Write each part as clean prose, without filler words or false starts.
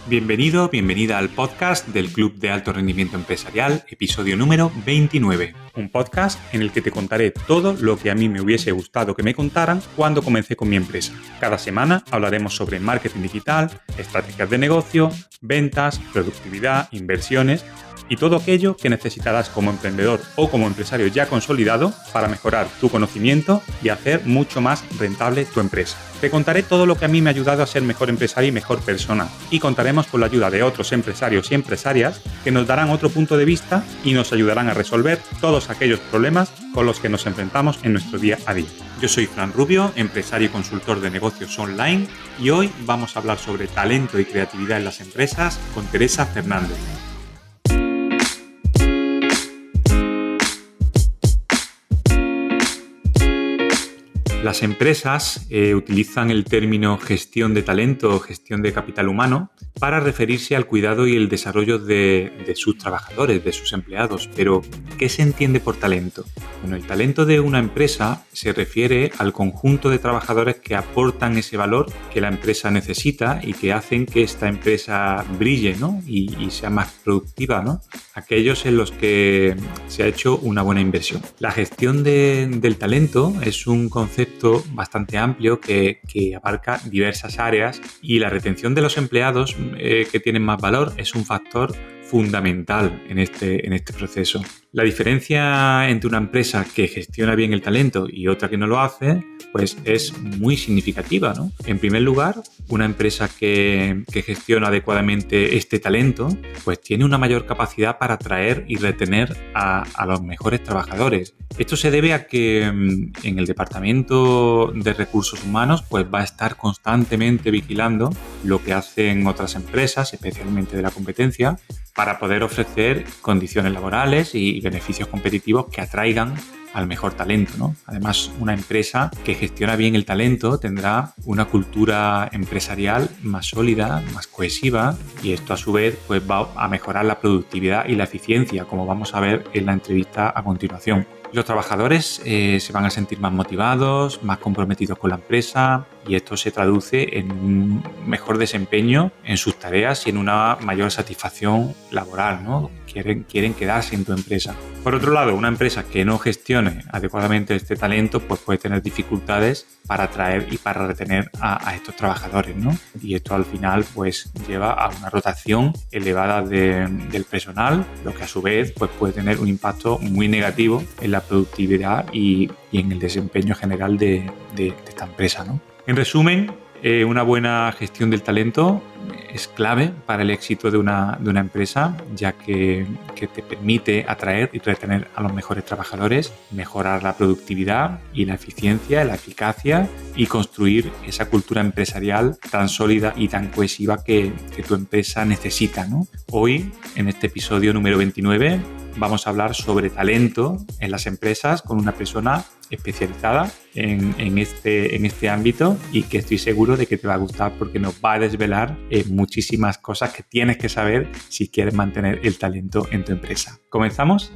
Bienvenido, bienvenida al podcast del Club de Alto Rendimiento Empresarial, episodio número 29. Un podcast en el que te contaré todo lo que a mí me hubiese gustado que me contaran cuando comencé con mi empresa. Cada semana hablaremos sobre marketing digital, estrategias de negocio, ventas, productividad, inversiones y todo aquello que necesitarás como emprendedor o como empresario ya consolidado para mejorar tu conocimiento y hacer mucho más rentable tu empresa. Te contaré todo lo que a mí me ha ayudado a ser mejor empresario y mejor persona, y contaremos con la ayuda de otros empresarios y empresarias que nos darán otro punto de vista y nos ayudarán a resolver todos aquellos problemas con los que nos enfrentamos en nuestro día a día. Yo soy Fran Rubio, empresario y consultor de negocios online, y hoy vamos a hablar sobre talento y creatividad en las empresas con Teresa Fernández. Las empresas utilizan el término gestión de talento o gestión de capital humano para referirse al cuidado y el desarrollo de sus trabajadores, de sus empleados. Pero, ¿qué se entiende por talento? Bueno, el talento de una empresa se refiere al conjunto de trabajadores que aportan ese valor que la empresa necesita y que hacen que esta empresa brille, ¿no? y sea más productiva, ¿no? Aquellos en los que se ha hecho una buena inversión. La gestión del talento es un concepto bastante amplio que abarca diversas áreas, y la retención de los empleados que tienen más valor es un factor fundamental en este proceso. La diferencia entre una empresa que gestiona bien el talento y otra que no lo hace, pues es muy significativa, ¿no? En primer lugar, una empresa que gestiona adecuadamente este talento, pues tiene una mayor capacidad para atraer y retener a los mejores trabajadores. Esto se debe a que en el departamento de recursos humanos, pues va a estar constantemente vigilando lo que hacen otras empresas, especialmente de la competencia, para poder ofrecer condiciones laborales y beneficios competitivos que atraigan al mejor talento, ¿no? Además, una empresa que gestiona bien el talento tendrá una cultura empresarial más sólida, más cohesiva, y esto a su vez pues va a mejorar la productividad y la eficiencia, como vamos a ver en la entrevista a continuación. Los trabajadores se van a sentir más motivados, más comprometidos con la empresa, y esto se traduce en un mejor desempeño en sus tareas y en una mayor satisfacción laboral, ¿no? Quieren quedarse en tu empresa. Por otro lado, una empresa que no gestione adecuadamente este talento, pues puede tener dificultades para atraer y para retener a estos trabajadores, ¿no? Y esto al final pues lleva a una rotación elevada del personal, lo que a su vez pues puede tener un impacto muy negativo en la productividad y en el desempeño general de esta empresa, ¿no? En resumen, una buena gestión del talento es clave para el éxito de una empresa, ya que te permite atraer y retener a los mejores trabajadores, mejorar la productividad y la eficiencia, la eficacia, y construir esa cultura empresarial tan sólida y tan cohesiva que tu empresa necesita, ¿no? Hoy, en este episodio número 29, vamos a hablar sobre talento en las empresas con una persona especializada en este ámbito, y que estoy seguro de que te va a gustar porque nos va a desvelar muchísimas cosas que tienes que saber si quieres mantener el talento en tu empresa. ¿Comenzamos?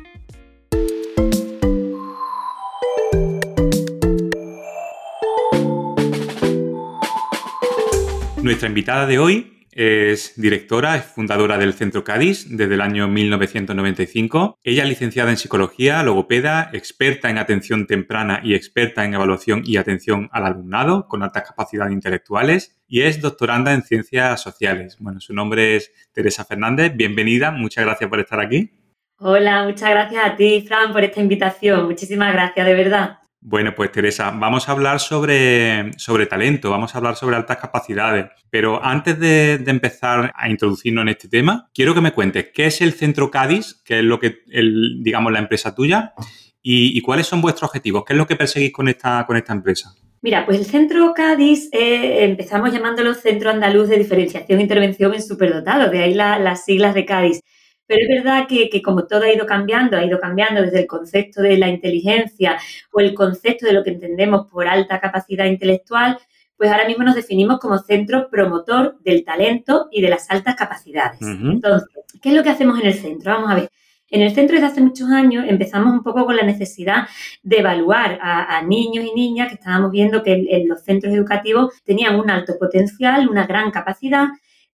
Nuestra invitada de hoy es directora, es fundadora del Centro Cadis desde el año 1995. Ella es licenciada en psicología, logopeda, experta en atención temprana y experta en evaluación y atención al alumnado con altas capacidades intelectuales, y es doctoranda en ciencias sociales. Bueno, su nombre es Teresa Fernández. Bienvenida, muchas gracias por estar aquí. Hola, muchas gracias a ti, Fran, por esta invitación. Muchísimas gracias, de verdad. Bueno, pues Teresa, vamos a hablar sobre talento, vamos a hablar sobre altas capacidades, pero antes de empezar a introducirnos en este tema, quiero que me cuentes qué es el Centro Cadis, qué es lo que, digamos, la empresa tuya, y cuáles son vuestros objetivos, qué es lo que perseguís con esta empresa. Mira, pues el Centro Cadis empezamos llamándolo Centro Andaluz de Diferenciación e Intervención en Superdotados, de ahí las siglas de Cadis. Pero es verdad que como todo ha ido cambiando desde el concepto de la inteligencia o el concepto de lo que entendemos por alta capacidad intelectual, pues ahora mismo nos definimos como centro promotor del talento y de las altas capacidades. Uh-huh. Entonces, ¿qué es lo que hacemos en el centro? Vamos a ver. En el centro desde hace muchos años empezamos un poco con la necesidad de evaluar a niños y niñas que estábamos viendo que en los centros educativos tenían un alto potencial, una gran capacidad,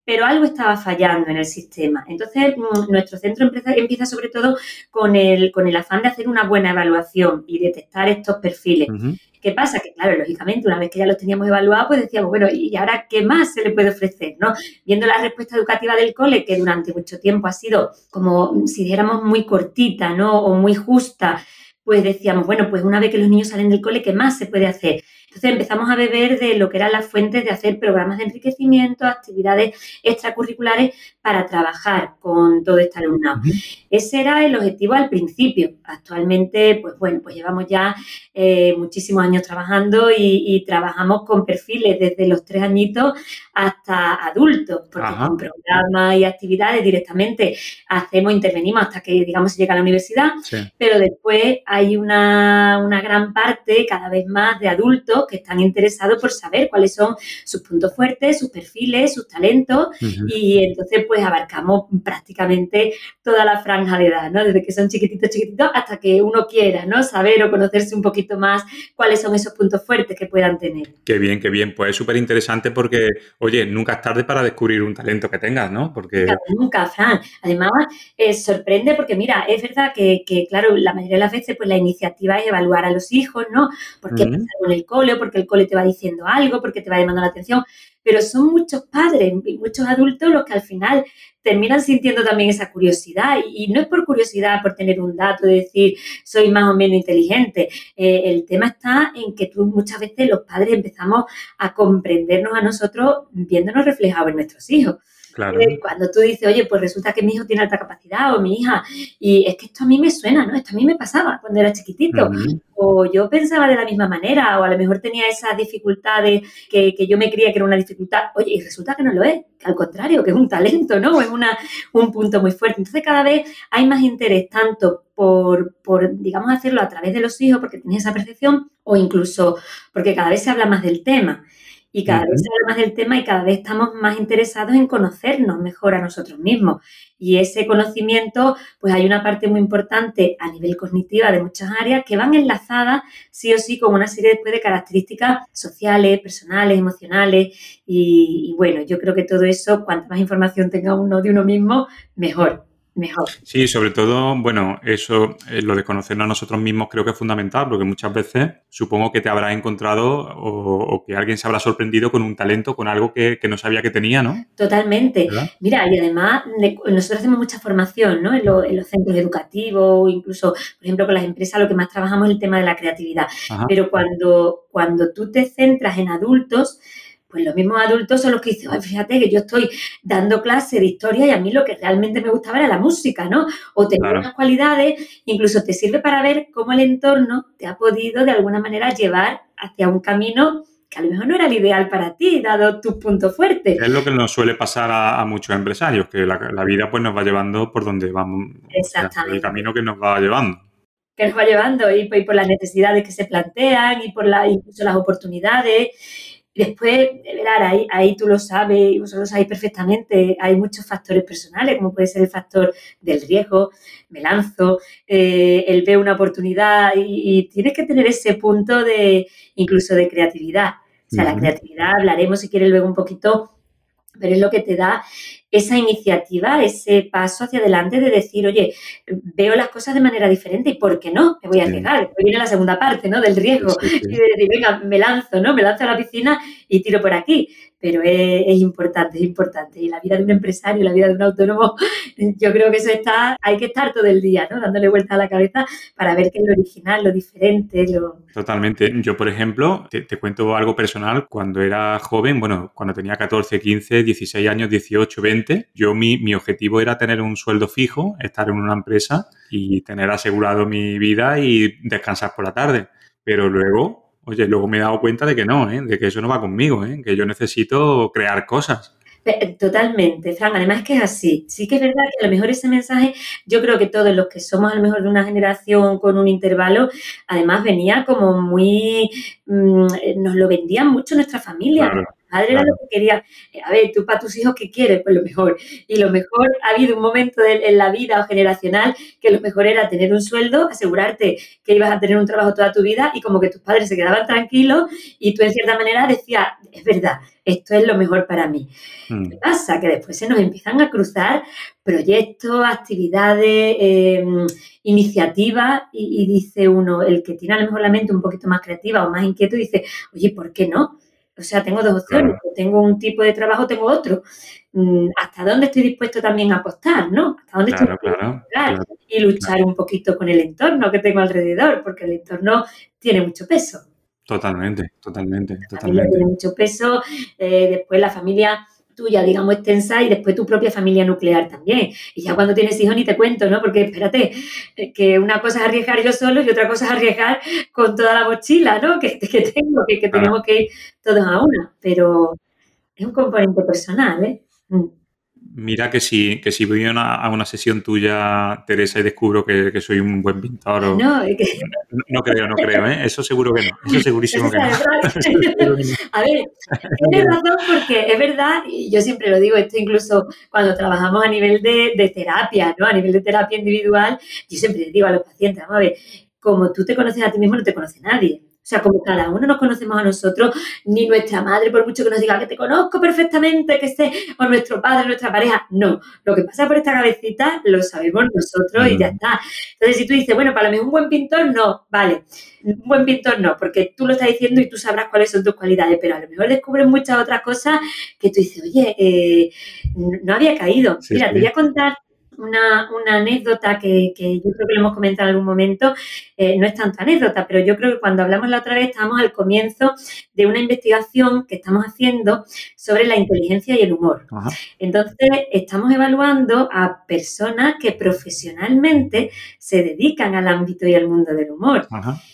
pero algo estaba fallando en el sistema. Entonces, nuestro centro empieza sobre todo con el afán de hacer una buena evaluación y detectar estos perfiles. Ujú. ¿Qué pasa? Que, claro, lógicamente, una vez que ya los teníamos evaluados, pues decíamos, bueno, ¿y ahora qué más se le puede ofrecer, no? Viendo la respuesta educativa del cole, que durante mucho tiempo ha sido como si dijéramos muy cortita, ¿no? O muy justa, pues decíamos, bueno, pues una vez que los niños salen del cole, ¿qué más se puede hacer? Entonces empezamos a beber de lo que eran las fuentes de hacer programas de enriquecimiento, actividades extracurriculares para trabajar con todo este alumnado. Ujú. Ese era el objetivo al principio. Actualmente, pues bueno, pues llevamos ya muchísimos años trabajando y trabajamos con perfiles desde los 3 añitos hasta adultos, porque Ajá. con programas y actividades directamente intervenimos hasta que, digamos, se llega a la universidad, Sí. pero después hay una gran parte cada vez más de adultos que están interesados por saber cuáles son sus puntos fuertes, sus perfiles, sus talentos, Ujú. y entonces pues abarcamos prácticamente toda la franja de edad, ¿no? Desde que son chiquititos hasta que uno quiera, ¿no? Saber o conocerse un poquito más cuáles son esos puntos fuertes que puedan tener. Qué bien, qué bien. Pues es súper interesante porque, oye, nunca es tarde para descubrir un talento que tengas, ¿no? Porque... Nunca, Fran. Además, sorprende porque, mira, es verdad que, claro, la mayoría de las veces pues la iniciativa es evaluar a los hijos, ¿no? Porque pasa algo en el cole, porque el cole te va diciendo algo, porque te va llamando la atención, pero son muchos padres y muchos adultos los que al final terminan sintiendo también esa curiosidad, y no es por curiosidad, por tener un dato de decir soy más o menos inteligente. El tema está en que muchas veces los padres empezamos a comprendernos a nosotros viéndonos reflejados en nuestros hijos. Claro. Cuando tú dices, oye, pues resulta que mi hijo tiene alta capacidad, o mi hija, y es que esto a mí me suena, ¿no? Esto a mí me pasaba cuando era chiquitito. O yo pensaba de la misma manera, o a lo mejor tenía esas dificultades que yo me creía que era una dificultad. Oye, y resulta que no lo es, que al contrario, que es un talento, ¿no? Es un punto muy fuerte. Entonces cada vez hay más interés tanto por, digamos, hacerlo a través de los hijos, porque tienes esa percepción, o incluso porque cada vez se habla más del tema. Y cada vez se habla más del tema y cada vez estamos más interesados en conocernos mejor a nosotros mismos. Y ese conocimiento, pues hay una parte muy importante a nivel cognitiva de muchas áreas que van enlazadas sí o sí con una serie después de características sociales, personales, emocionales. Y bueno, yo creo que todo eso, cuanta más información tenga uno de uno mismo, mejor. Sí, sobre todo, bueno, eso, lo de conocernos a nosotros mismos creo que es fundamental, porque muchas veces supongo que te habrás encontrado o que alguien se habrá sorprendido con un talento, con algo que no sabía que tenía, ¿no? Totalmente. ¿Verdad? Mira, y además nosotros hacemos mucha formación, ¿no? En los centros educativos, incluso, por ejemplo, con las empresas lo que más trabajamos es el tema de la creatividad. Ajá. Pero cuando tú te centras en adultos, pues los mismos adultos son los que dicen, ay, fíjate que yo estoy dando clase de historia y a mí lo que realmente me gustaba era la música, ¿no? O tener Claro. unas cualidades, incluso te sirve para ver cómo el entorno te ha podido de alguna manera llevar hacia un camino que a lo mejor no era el ideal para ti, dado tus puntos fuertes. Es lo que nos suele pasar a muchos empresarios, que la vida pues nos va llevando por donde vamos, o sea, por el camino que nos va llevando. Que nos va llevando y por las necesidades que se plantean y por incluso las oportunidades. Y después, verás, ahí tú lo sabes y vosotros lo sabéis perfectamente, hay muchos factores personales, como puede ser el factor del riesgo, me lanzo, el ver una oportunidad y tienes que tener ese punto incluso de creatividad. O sea, la creatividad, hablaremos si quieres luego un poquito, pero es lo que te da esa iniciativa, ese paso hacia adelante de decir, oye, veo las cosas de manera diferente y ¿por qué no? Me voy a arriesgar. Después viene la segunda parte, ¿no? Del riesgo. Sí. Y de decir, venga, me lanzo, ¿no? Me lanzo a la piscina y tiro por aquí. Pero es importante, es importante. Y la vida de un empresario, la vida de un autónomo, yo creo que hay que estar todo el día, ¿no? Dándole vuelta a la cabeza para ver qué es lo original, lo diferente, Totalmente. Yo, por ejemplo, te cuento algo personal. Cuando era joven, bueno, cuando tenía 14, 15, 16 años, 18, 20, yo mi objetivo era tener un sueldo fijo, estar en una empresa y tener asegurado mi vida y descansar por la tarde. Pero luego me he dado cuenta de que no, de que eso no va conmigo, que yo necesito crear cosas. Totalmente, Fran. Además es que es así. Sí que es verdad que a lo mejor ese mensaje, yo creo que todos los que somos a lo mejor de una generación con un intervalo, además venía como muy, nos lo vendían mucho nuestra familia. Claro. padres era lo que querían. A ver, tú para tus hijos, ¿qué quieres? Pues lo mejor. Y lo mejor, ha habido un momento en la vida o generacional que lo mejor era tener un sueldo, asegurarte que ibas a tener un trabajo toda tu vida y como que tus padres se quedaban tranquilos y tú en cierta manera decías, es verdad, esto es lo mejor para mí. ¿Qué pasa? Que después se nos empiezan a cruzar proyectos, actividades, iniciativas y dice uno, el que tiene a lo mejor la mente un poquito más creativa o más inquieto, dice, oye, ¿por qué no? O sea, tengo dos opciones, Claro. tengo un tipo de trabajo, tengo otro. ¿Hasta dónde estoy dispuesto también a apostar, no? ¿Hasta dónde estoy Claro, dispuesto a claro, apostar? claro, Y luchar un poquito con el entorno que tengo alrededor, porque el entorno tiene mucho peso. totalmente, totalmente, La familia tiene totalmente. mucho peso, después la familia tuya, digamos, extensa y después tu propia familia nuclear también. Y ya cuando tienes hijos ni te cuento, ¿no? Porque espérate, que una cosa es arriesgar yo solo y otra cosa es arriesgar con toda la mochila, ¿no? Que tengo, que Claro. tenemos que ir todos a una. Pero es un componente personal, ¿eh? Mira que si voy a una sesión tuya, Teresa, y descubro que soy un buen pintor o... No, es que No creo, no creo, ¿eh? Eso seguro que no. Eso eso segurísimo que no. sabe, Eso seguro que no. a ver, tienes razón porque es verdad, y yo siempre lo digo, esto incluso cuando trabajamos a nivel de terapia, ¿no? A nivel de terapia individual, yo siempre les digo a los pacientes, vamos a ver, como tú te conoces a ti mismo, no te conoce nadie. O sea, como cada uno nos conocemos a nosotros, ni nuestra madre, por mucho que nos diga que te conozco perfectamente, que sé, o nuestro padre, nuestra pareja, no. Lo que pasa por esta cabecita lo sabemos nosotros y ya Mm, está. Entonces, si tú dices, bueno, para mí un buen pintor, no, vale. Un buen pintor no, porque tú lo estás diciendo y tú sabrás cuáles son tus cualidades, pero a lo mejor descubres muchas otras cosas que tú dices, oye, no había caído. sí, Mira, te voy sí. a contar una anécdota que yo creo que lo hemos comentado en algún momento. No es tanto anécdota, pero yo creo que cuando hablamos la otra vez estábamos al comienzo de una investigación que estamos haciendo sobre la inteligencia y el humor. Ajá, Entonces, estamos evaluando a personas que profesionalmente se dedican al ámbito y al mundo del humor. ajá.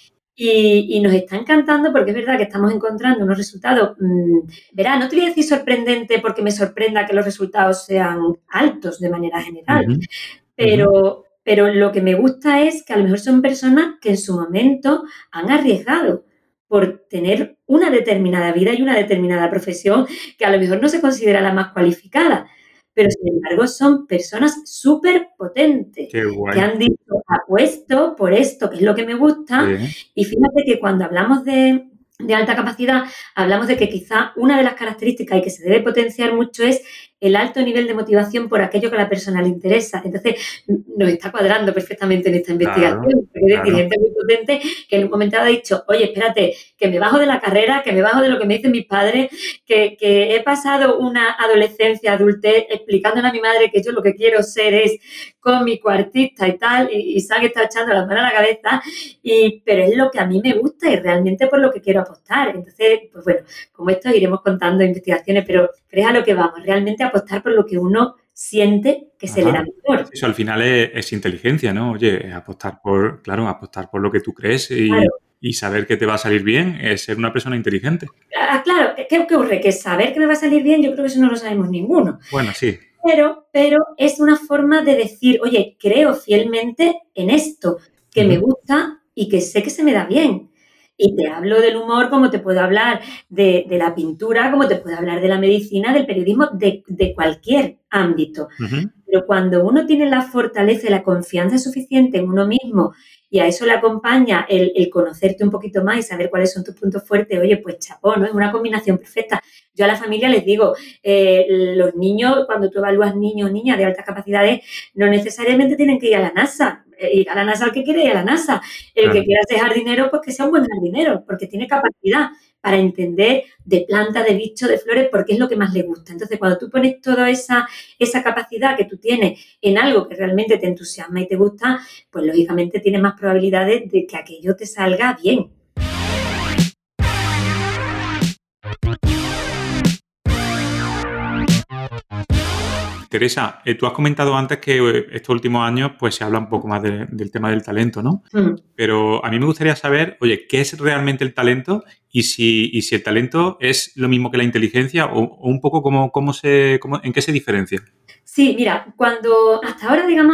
Y nos está encantando porque es verdad que estamos encontrando unos resultados, verá, no te voy a decir sorprendente porque me sorprenda que los resultados sean altos de manera general, Ujú, ujú. pero lo que me gusta es que a lo mejor son personas que en su momento han arriesgado por tener una determinada vida y una determinada profesión que a lo mejor no se considera la más cualificada, pero sin embargo son personas súper potentes Qué que guay. han dicho, apuesto por esto, que es lo que me gusta, Sí. y fíjate que cuando hablamos de alta capacidad, hablamos de que quizá una de las características y que se debe potenciar mucho es el alto nivel de motivación por aquello que a la persona le interesa. Entonces, nos está cuadrando perfectamente en esta Claro, investigación. Es decir, claro. gente muy potente que en un momento dado ha dicho, oye, espérate, que me bajo de la carrera, que me bajo de lo que me dicen mis padres, que he pasado una adolescencia, adultez, explicándole a mi madre que yo lo que quiero ser es cómico, artista y tal, y se han estado echando las manos a la cabeza, pero es lo que a mí me gusta y realmente por lo que quiero apostar. Entonces, pues bueno, como esto iremos contando investigaciones, pero es a lo que vamos, realmente apostar por lo que uno siente que se le Ajá. da mejor. Eso al final es inteligencia, ¿no? Oye, apostar por, claro, apostar por lo que tú crees Claro, y saber que te va a salir bien es ser una persona inteligente. claro, ¿qué ocurre? Que saber que me va a salir bien, yo creo que eso no lo sabemos ninguno. Bueno, sí. Pero es una forma de decir, oye, creo fielmente en esto, que me Ujú, gusta y que sé que se me da bien. Y te hablo del humor como te puedo hablar de la pintura, como te puedo hablar de la medicina, del periodismo, de cualquier ámbito. ujú. Pero cuando uno tiene la fortaleza y la confianza suficiente en uno mismo y a eso le acompaña el conocerte un poquito más y saber cuáles son tus puntos fuertes, oye, pues chapó, ¿no? Es una combinación perfecta. Yo a la familia les digo, los niños, cuando tú evalúas niños o niñas de altas capacidades, no necesariamente tienen que ir a la NASA. Ir a la NASA el que quiere ir a la NASA. El que Claro. quiera ser jardinero, pues que sea un buen jardinero, porque tiene capacidad para entender de plantas, de bichos, de flores, porque es lo que más le gusta. Entonces, cuando tú pones toda esa capacidad que tú tienes en algo que realmente te entusiasma y te gusta, pues lógicamente tienes más probabilidades de que aquello te salga bien. Teresa, tú has comentado antes que estos últimos años pues se habla un poco más del tema del talento, ¿no? Pero a mí me gustaría saber, oye, ¿qué es realmente el talento? Y si el talento es lo mismo que la inteligencia o un poco en qué se diferencia. Sí, mira, cuando hasta ahora, digamos,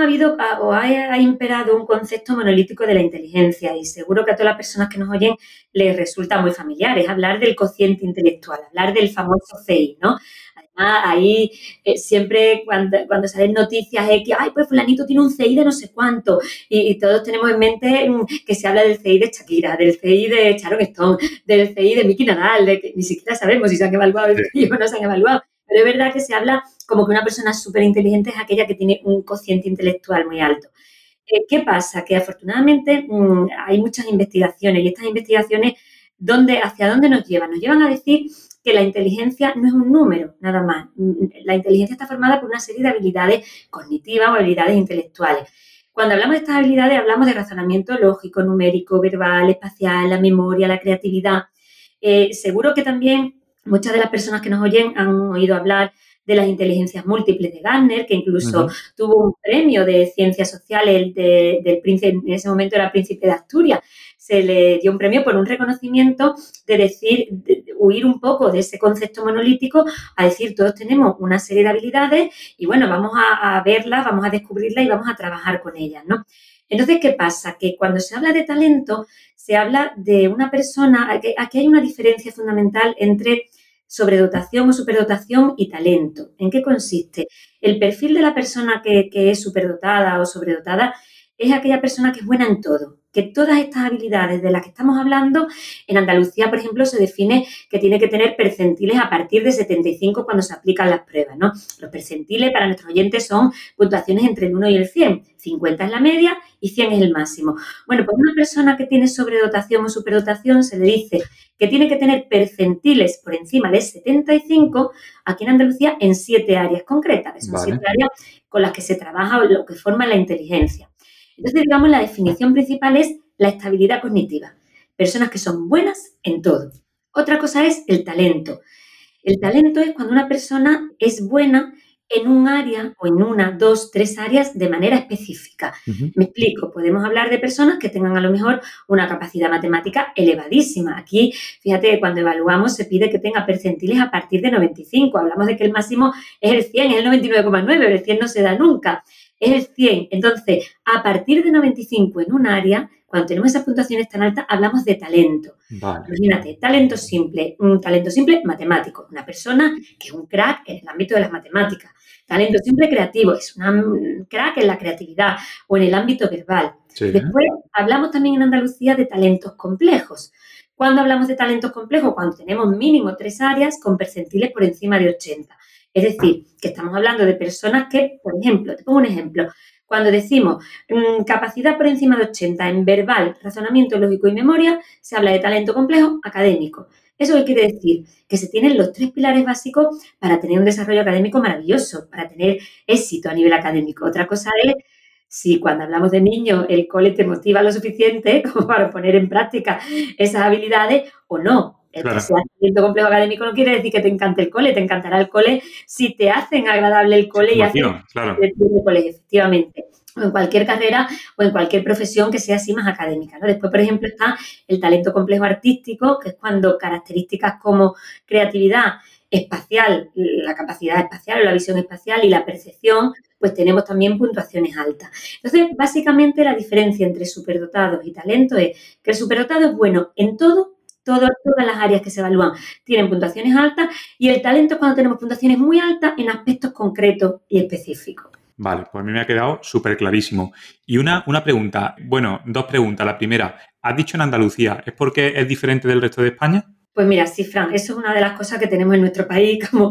ha imperado un concepto monolítico de la inteligencia y seguro que a todas las personas que nos oyen les resulta muy familiar, es hablar del cociente intelectual, hablar del famoso CI, ¿no? Además, ahí siempre cuando salen noticias es que, ay, pues fulanito tiene un CI de no sé cuánto y todos tenemos en mente que se habla del CI de Shakira, del CI de Sharon Stone, del CI de Nicki Minaj, de que ni siquiera sabemos si se han evaluado el CI o no se han evaluado. Pero es verdad que se habla como que una persona súper inteligente es aquella que tiene un cociente intelectual muy alto. ¿Qué pasa? Que afortunadamente hay muchas investigaciones y estas investigaciones, ¿hacia dónde nos llevan? Nos llevan a decir que la inteligencia no es un número, nada más. La inteligencia está formada por una serie de habilidades cognitivas o habilidades intelectuales. Cuando hablamos de estas habilidades, hablamos de razonamiento lógico, numérico, verbal, espacial, la memoria, la creatividad. Seguro que también muchas de las personas que nos oyen han oído hablar de las inteligencias múltiples de Gardner, que incluso tuvo un premio de ciencias sociales del príncipe, en ese momento era príncipe de Asturias. Se le dio un premio por un reconocimiento de decir, huir un poco de ese concepto monolítico, a decir, todos tenemos una serie de habilidades y bueno, vamos a verlas, vamos a descubrirlas y vamos a trabajar con ellas, ¿no? Entonces, ¿qué pasa? Que cuando se habla de talento, se habla de una persona, aquí hay una diferencia fundamental entre sobredotación o superdotación y talento. ¿En qué consiste? El perfil de la persona que es superdotada o sobredotada es aquella persona que es buena en todo, que todas estas habilidades de las que estamos hablando, en Andalucía, por ejemplo, se define que tiene que tener percentiles a partir de 75 cuando se aplican las pruebas, ¿no? Los percentiles para nuestros oyentes son puntuaciones entre el 1 y el 100. 50 es la media y 100 es el máximo. Bueno, pues una persona que tiene sobredotación o superdotación se le dice que tiene que tener percentiles por encima de 75 aquí en Andalucía en 7 áreas concretas, que son 7 áreas con las que se trabaja o lo que forma la inteligencia. Entonces, digamos, la definición principal es la estabilidad cognitiva. Personas que son buenas en todo. Otra cosa es el talento. El talento es cuando una persona es buena en un área o en 1, 2, 3 áreas de manera específica. Me explico, podemos hablar de personas que tengan a lo mejor una capacidad matemática elevadísima. Aquí, fíjate, cuando evaluamos se pide que tenga percentiles a partir de 95. Hablamos de que el máximo es el 100, es el 99,9, pero el 100 no se da nunca. Es el 100. Entonces, a partir de 95 en un área, cuando tenemos esas puntuaciones tan altas, hablamos de talento. Vale. Imagínate, talento simple, un talento simple matemático, una persona que es un crack en el ámbito de las matemáticas. Talento simple creativo, es un crack en la creatividad o en el ámbito verbal. Sí. Después, hablamos también en Andalucía de talentos complejos. ¿Cuándo hablamos de talentos complejos? Cuando tenemos mínimo 3 áreas con percentiles por encima de 80. Es decir, que estamos hablando de personas que, por ejemplo, te pongo un ejemplo, cuando decimos capacidad por encima de 80 en verbal, razonamiento lógico y memoria, se habla de talento complejo académico. ¿Eso qué quiere decir? Que se tienen los 3 pilares básicos para tener un desarrollo académico maravilloso, para tener éxito a nivel académico. Otra cosa es si cuando hablamos de niños el cole te motiva lo suficiente como para poner en práctica esas habilidades o no. Claro. Que sea talento complejo académico no quiere decir que te encante el cole, te encantará el cole si te hacen agradable el cole y hacen claro. El cole, efectivamente. O en cualquier carrera o en cualquier profesión que sea así más académica, ¿no? Después, por ejemplo, está el talento complejo artístico, que es cuando características como creatividad espacial, la capacidad espacial o la visión espacial y la percepción, pues tenemos también puntuaciones altas. Entonces, básicamente la diferencia entre superdotados y talento es que el superdotado es bueno en todo. Todas las áreas que se evalúan tienen puntuaciones altas y el talento es cuando tenemos puntuaciones muy altas en aspectos concretos y específicos. Vale, pues a mí me ha quedado súper clarísimo. Y una pregunta, bueno, 2 preguntas. La primera, has dicho en Andalucía, ¿es porque es diferente del resto de España? Pues mira, sí, Fran, eso es una de las cosas que tenemos en nuestro país, como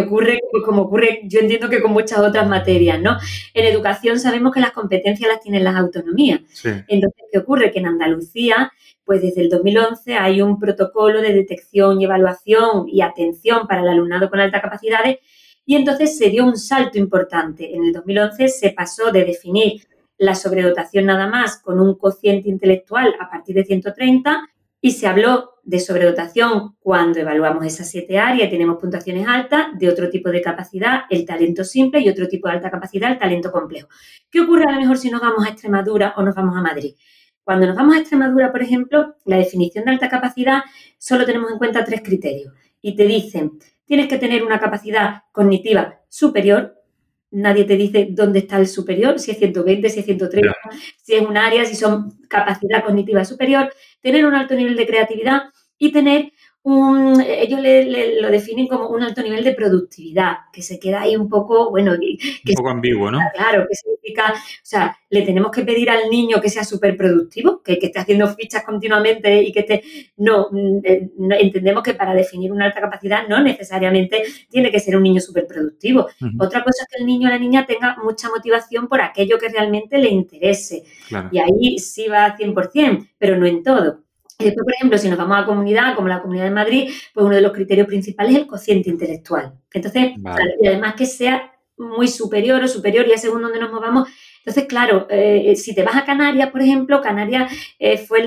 ocurre, yo entiendo que con muchas otras materias, ¿no? En educación sabemos que las competencias las tienen las autonomías. Sí. Entonces, ¿qué ocurre? Que en Andalucía, pues desde el 2011 hay un protocolo de detección y evaluación y atención para el alumnado con altas capacidades y entonces se dio un salto importante. En el 2011 se pasó de definir la sobredotación nada más con un cociente intelectual a partir de 130 Y se habló de sobredotación cuando evaluamos esas 7 áreas y tenemos puntuaciones altas, de otro tipo de capacidad, el talento simple, y otro tipo de alta capacidad, el talento complejo. ¿Qué ocurre a lo mejor si nos vamos a Extremadura o nos vamos a Madrid? Cuando nos vamos a Extremadura, por ejemplo, la definición de alta capacidad solo tenemos en cuenta 3 criterios. Y te dicen, tienes que tener una capacidad cognitiva superior. Nadie te dice dónde está el superior, si es 120, si es 130, si es un área, si son capacidad cognitiva superior, tener un alto nivel de creatividad y tener ellos lo definen como un alto nivel de productividad, que se queda ahí un poco, bueno, un poco ambiguo, ¿no? Claro, que significa, o sea, le tenemos que pedir al niño que sea súper productivo, que esté haciendo fichas continuamente y que esté, no, entendemos que para definir una alta capacidad no necesariamente tiene que ser un niño súper productivo. Uh-huh. Otra cosa es que el niño o la niña tenga mucha motivación por aquello que realmente le interese. Claro. Y ahí sí va al 100%, pero no en todo. Y después, por ejemplo, si nos vamos a comunidad, como la Comunidad de Madrid, pues uno de los criterios principales es el cociente intelectual. Entonces, vale. Y además que sea muy superior o superior, ya según donde nos movamos. Entonces, claro, si te vas a Canarias, por ejemplo, Canarias fue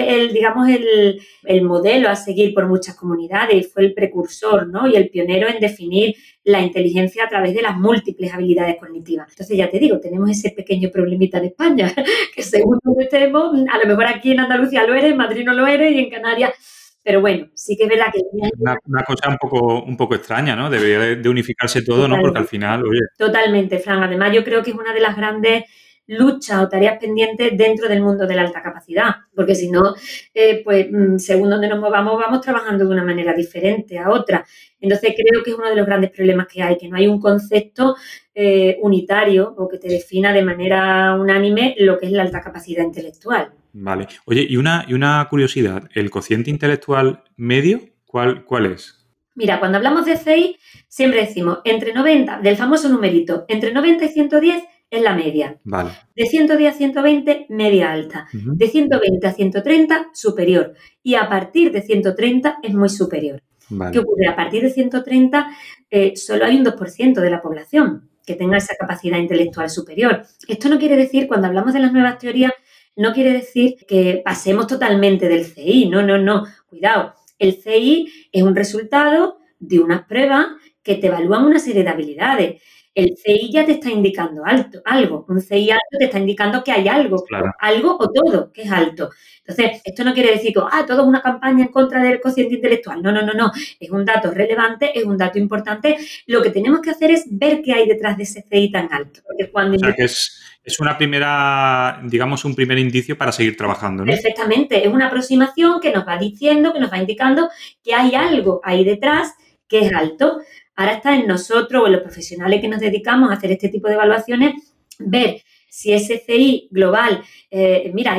el modelo a seguir por muchas comunidades y fue el precursor, ¿no? Y el pionero en definir la inteligencia a través de las múltiples habilidades cognitivas. Entonces, ya te digo, tenemos ese pequeño problemita en España, que según donde estemos, a lo mejor aquí en Andalucía lo eres, en Madrid no lo eres y en Canarias... Pero bueno, sí que es verdad que... Una cosa un poco extraña, ¿no? Debería de unificarse todo, totalmente, ¿no? Porque al final, oye... Totalmente, Fran. Además, yo creo que es una de las grandes luchas o tareas pendientes dentro del mundo de la alta capacidad, porque si no, pues según donde nos movamos, vamos trabajando de una manera diferente a otra. Entonces, creo que es uno de los grandes problemas que no hay un concepto unitario o que te defina de manera unánime lo que es la alta capacidad intelectual. Vale. Oye, y una curiosidad, ¿el cociente intelectual medio cuál es? Mira, cuando hablamos de CI, siempre decimos entre 90, del famoso numerito, entre 90 y 110 es la media. Vale. De 110 a 120, media alta. Uh-huh. De 120 a 130, superior. Y a partir de 130 es muy superior. Vale. ¿Qué ocurre? A partir de 130 solo hay un 2% de la población que tenga esa capacidad intelectual superior. Esto no quiere decir, cuando hablamos de las nuevas teorías, no quiere decir que pasemos totalmente del CI. No. Cuidado. El CI es un resultado de unas pruebas que te evalúan una serie de habilidades. El CI ya te está indicando algo. Un CI alto te está indicando que hay algo. Claro. Algo o todo que es alto. Entonces, esto no quiere decir que todo es una campaña en contra del cociente intelectual. No. Es un dato relevante, es un dato importante. Lo que tenemos que hacer es ver qué hay detrás de ese CI tan alto. Porque cuando que es una primera, digamos, un primer indicio para seguir trabajando, ¿no? Perfectamente. Es una aproximación que nos va diciendo, que nos va indicando que hay algo ahí detrás que es alto. Ahora está en nosotros o en los profesionales que nos dedicamos a hacer este tipo de evaluaciones, ver si ese CI global, mira,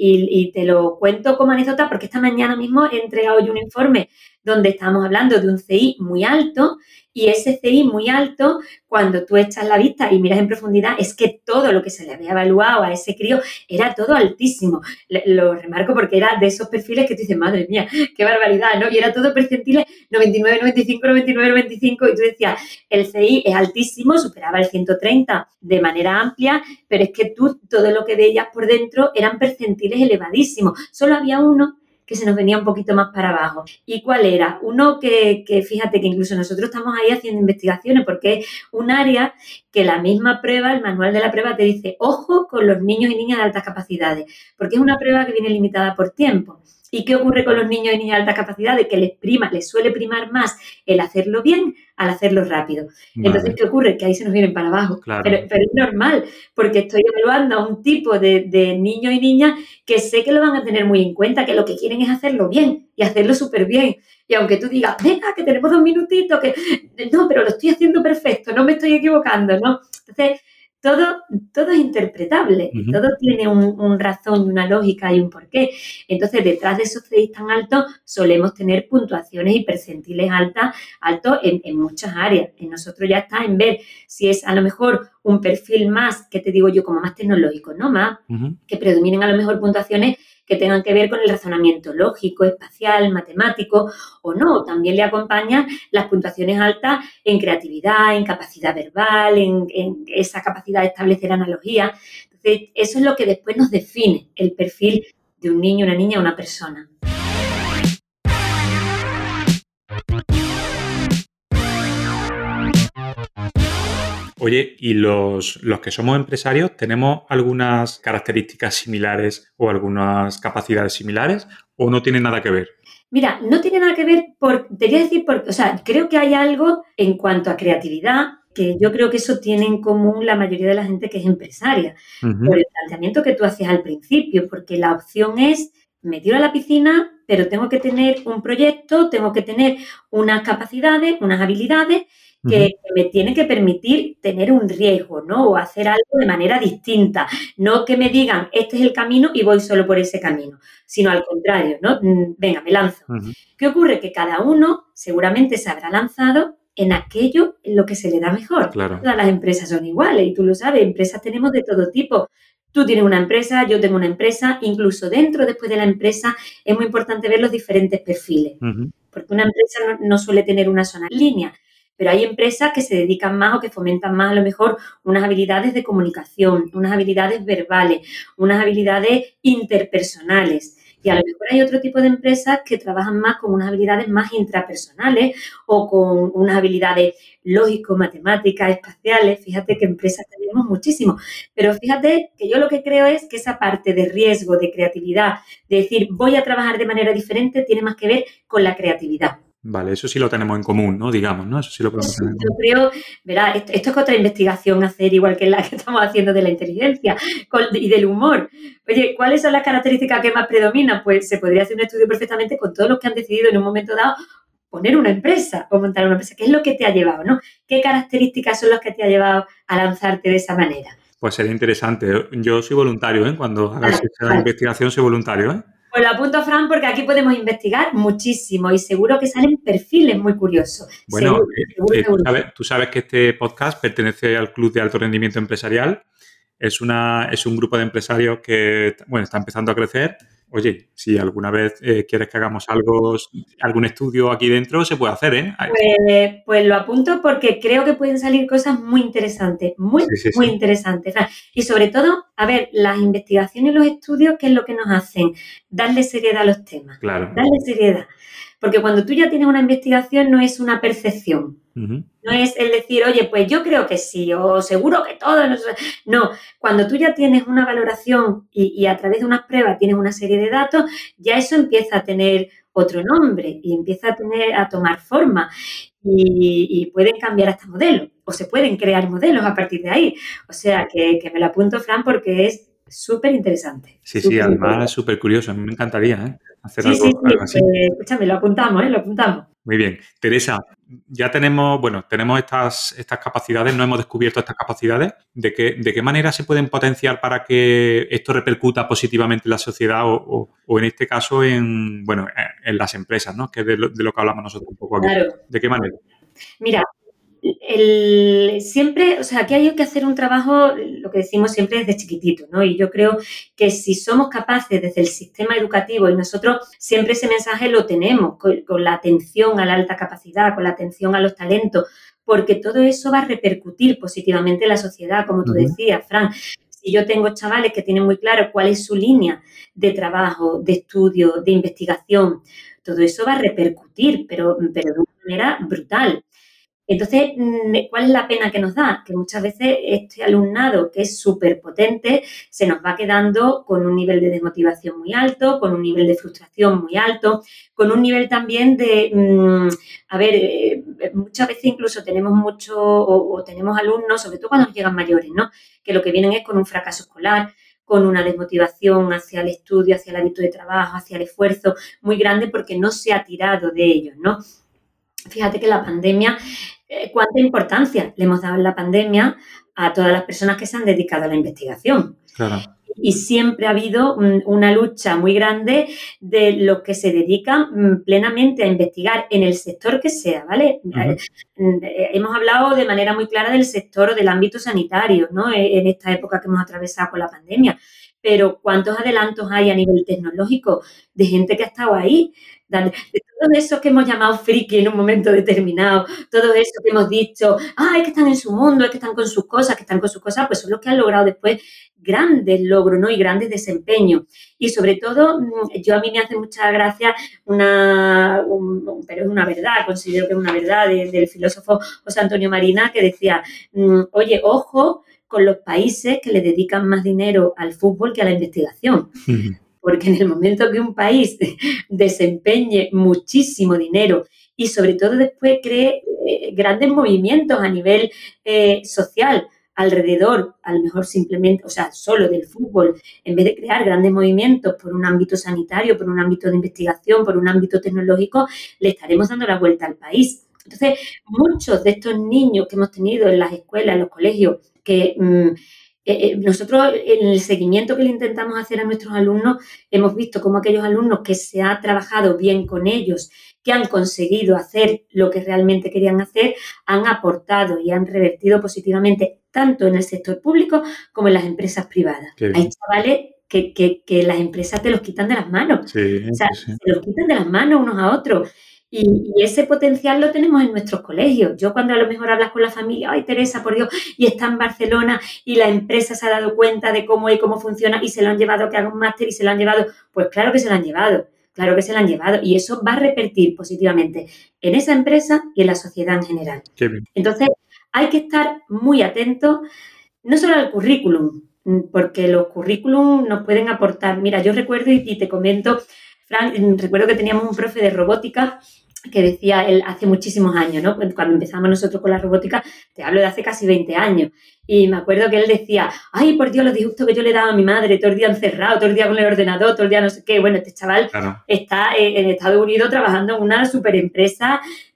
y te lo cuento como anécdota porque esta mañana mismo he entregado yo un informe donde estamos hablando de un CI muy alto y ese CI muy alto, cuando tú echas la vista y miras en profundidad, es que todo lo que se le había evaluado a ese crío era todo altísimo. Lo remarco porque era de esos perfiles que tú dices, madre mía, qué barbaridad, ¿no? Y era todo percentiles 99, 95, 99, 95 y tú decías, el CI es altísimo, superaba el 130 de manera amplia, pero es que tú todo lo que veías por dentro eran percentiles elevadísimos. Solo había uno que se nos venía un poquito más para abajo. ¿Y cuál era? Uno que fíjate que incluso nosotros estamos ahí haciendo investigaciones porque es un área que la misma prueba, el manual de la prueba te dice, ojo con los niños y niñas de altas capacidades, porque es una prueba que viene limitada por tiempo. ¿Y qué ocurre con los niños y niñas de altas capacidades? Que les suele primar más el hacerlo bien al hacerlo rápido. Vale. Entonces, ¿qué ocurre? Que ahí se nos vienen para abajo. Claro. Pero es normal, porque estoy evaluando a un tipo de niños y niñas que sé que lo van a tener muy en cuenta, que lo que quieren es hacerlo bien y hacerlo súper bien. Y aunque tú digas, venga, que tenemos 2 minutitos, que no, pero lo estoy haciendo perfecto, no me estoy equivocando, ¿no? Entonces, todo es interpretable, uh-huh. Todo tiene un razón, una lógica y un porqué. Entonces, detrás de esos CI tan altos, solemos tener puntuaciones y percentiles altos en muchas áreas. En nosotros ya está en ver si es a lo mejor un perfil más, que te digo yo, como más tecnológico, ¿no? Más uh-huh. Que predominen a lo mejor puntuaciones que tengan que ver con el razonamiento lógico, espacial, matemático o no. También le acompañan las puntuaciones altas en creatividad, en capacidad verbal, en esa capacidad de establecer analogías. Entonces, eso es lo que después nos define el perfil de un niño, una niña, una persona. Oye, ¿y los que somos empresarios tenemos algunas características similares o algunas capacidades similares o no tienen nada que ver? Mira, no tiene nada que ver te voy a decir, o sea, creo que hay algo en cuanto a creatividad que yo creo que eso tiene en común la mayoría de la gente que es empresaria, por el planteamiento que tú hacías al principio, porque la opción es, me tiro a la piscina, pero tengo que tener un proyecto, tengo que tener unas capacidades, unas habilidades que me tienen que permitir tener un riesgo, ¿no? O hacer algo de manera distinta. No que me digan, este es el camino y voy solo por ese camino, sino al contrario, ¿no? Venga, me lanzo. ¿Qué ocurre? Que cada uno seguramente se habrá lanzado en aquello en lo que se le da mejor. Claro. Todas las empresas son iguales y tú lo sabes, empresas tenemos de todo tipo. Tú tienes una empresa, yo tengo una empresa, incluso después de la empresa, es muy importante ver los diferentes perfiles, porque una empresa no suele tener una sola línea, pero hay empresas que se dedican más o que fomentan más a lo mejor unas habilidades de comunicación, unas habilidades verbales, unas habilidades interpersonales. Y a lo mejor hay otro tipo de empresas que trabajan más con unas habilidades más intrapersonales o con unas habilidades lógico-matemáticas, espaciales. Fíjate que empresas tenemos muchísimo. Pero fíjate que yo lo que creo es que esa parte de riesgo, de creatividad, de decir voy a trabajar de manera diferente, tiene más que ver con la creatividad. Vale, eso sí lo tenemos en común, ¿no? Digamos, ¿no? Eso sí lo podemos tener en común. Yo creo, verá, esto es otra investigación a hacer, igual que la que estamos haciendo de la inteligencia y del humor. Oye, ¿cuáles son las características que más predominan? Pues se podría hacer un estudio perfectamente con todos los que han decidido en un momento dado poner una empresa o montar una empresa. ¿Qué es lo que te ha llevado, no? ¿Qué características son las que te ha llevado a lanzarte de esa manera? Pues sería interesante. Yo soy voluntario, ¿eh? Cuando hagas esa investigación soy voluntario, ¿eh? Pues lo apunto, Fran, porque aquí podemos investigar muchísimo y seguro que salen perfiles muy curiosos. Bueno, Seguro. Tú sabes que este podcast pertenece al Club de Alto Rendimiento Empresarial. Es un grupo de empresarios que, bueno, está empezando a crecer. Oye, si alguna vez quieres que hagamos algún estudio aquí dentro, se puede hacer, ¿eh? Pues lo apunto porque creo que pueden salir cosas muy interesantes, muy interesantes. Y sobre todo, a ver, las investigaciones y los estudios, ¿qué es lo que nos hacen? Darle seriedad a los temas. Claro. Darle seriedad. Porque cuando tú ya tienes una investigación no es una percepción. No es el decir, oye, pues yo creo que sí, o seguro que todo. No, cuando tú ya tienes una valoración y a través de unas pruebas tienes una serie de datos, ya eso empieza a tener otro nombre y empieza a tomar forma y pueden cambiar hasta modelos o se pueden crear modelos a partir de ahí. O sea, que me lo apunto, Fran, porque es súper interesante. Sí, además es súper curioso. A mí me encantaría hacer algo así. Escúchame, lo apuntamos, lo apuntamos. Muy bien. Teresa, ya tenemos estas capacidades, no hemos descubierto estas capacidades. ¿De qué manera se pueden potenciar para que esto repercuta positivamente en la sociedad o en este caso en las empresas, ¿no? Que es de lo que hablamos nosotros un poco aquí. Claro. ¿De qué manera? Mira, siempre, o sea, aquí hay que hacer un trabajo, lo que decimos siempre desde chiquitito, ¿no? Y yo creo que si somos capaces desde el sistema educativo, y nosotros siempre ese mensaje lo tenemos, con la atención a la alta capacidad, con la atención a los talentos, porque todo eso va a repercutir positivamente en la sociedad, como tú decías, Fran. Si yo tengo chavales que tienen muy claro cuál es su línea de trabajo, de estudio, de investigación, todo eso va a repercutir, pero de una manera brutal. Entonces, ¿cuál es la pena que nos da? Que muchas veces este alumnado, que es súper potente, se nos va quedando con un nivel de desmotivación muy alto, con un nivel de frustración muy alto, con un nivel también de, muchas veces incluso tenemos o tenemos alumnos, sobre todo cuando nos llegan mayores, ¿no? Que lo que vienen es con un fracaso escolar, con una desmotivación hacia el estudio, hacia el hábito de trabajo, hacia el esfuerzo muy grande porque no se ha tirado de ellos, ¿no? Fíjate que la pandemia, ¿cuánta importancia le hemos dado en la pandemia a todas las personas que se han dedicado a la investigación? Claro. Y siempre ha habido una lucha muy grande de los que se dedican plenamente a investigar en el sector que sea, ¿vale? Hemos hablado de manera muy clara del sector o del ámbito sanitario, ¿no? En esta época que hemos atravesado con la pandemia. Pero ¿cuántos adelantos hay a nivel tecnológico de gente que ha estado ahí? De todos todos esos que hemos llamado friki en un momento determinado, todos esos que hemos dicho, es que están en su mundo, es que están con sus cosas, pues son los que han logrado después grandes logros, ¿no? Y grandes desempeños. Y sobre todo, a mí me hace mucha gracia pero es una verdad, considero que es una verdad del filósofo José Antonio Marina, que decía, oye, ojo con los países que le dedican más dinero al fútbol que a la investigación. Porque en el momento que un país desempeñe muchísimo dinero y sobre todo después cree grandes movimientos a nivel social alrededor, a lo mejor simplemente, solo del fútbol, en vez de crear grandes movimientos por un ámbito sanitario, por un ámbito de investigación, por un ámbito tecnológico, le estaremos dando la vuelta al país. Entonces, muchos de estos niños que hemos tenido en las escuelas, en los colegios, que nosotros en el seguimiento que le intentamos hacer a nuestros alumnos, hemos visto cómo aquellos alumnos que se ha trabajado bien con ellos, que han conseguido hacer lo que realmente querían hacer, han aportado y han revertido positivamente tanto en el sector público como en las empresas privadas. Hay chavales que las empresas te los quitan de las manos. Sí. Se los quitan de las manos unos a otros. Y ese potencial lo tenemos en nuestros colegios. Yo cuando a lo mejor hablas con la familia, ay Teresa, por Dios, y está en Barcelona y la empresa se ha dado cuenta de cómo es, cómo funciona y se lo han llevado a que haga un máster y se lo han llevado, pues claro que se lo han llevado. Claro que se lo han llevado y eso va a repertir positivamente en esa empresa y en la sociedad en general. Qué bien. Entonces, hay que estar muy atentos, no solo al currículum, porque los currículum nos pueden aportar. Mira, yo recuerdo y te comento, Fran, recuerdo que teníamos un profe de robótica que decía él hace muchísimos años, ¿no? Cuando empezamos nosotros con la robótica, te hablo de hace casi 20 años. Y me acuerdo que él decía, ay, por Dios, los disgustos que yo le daba a mi madre, todo el día encerrado, todo el día con el ordenador, todo el día no sé qué. Bueno, este chaval está en Estados Unidos trabajando en una super empresa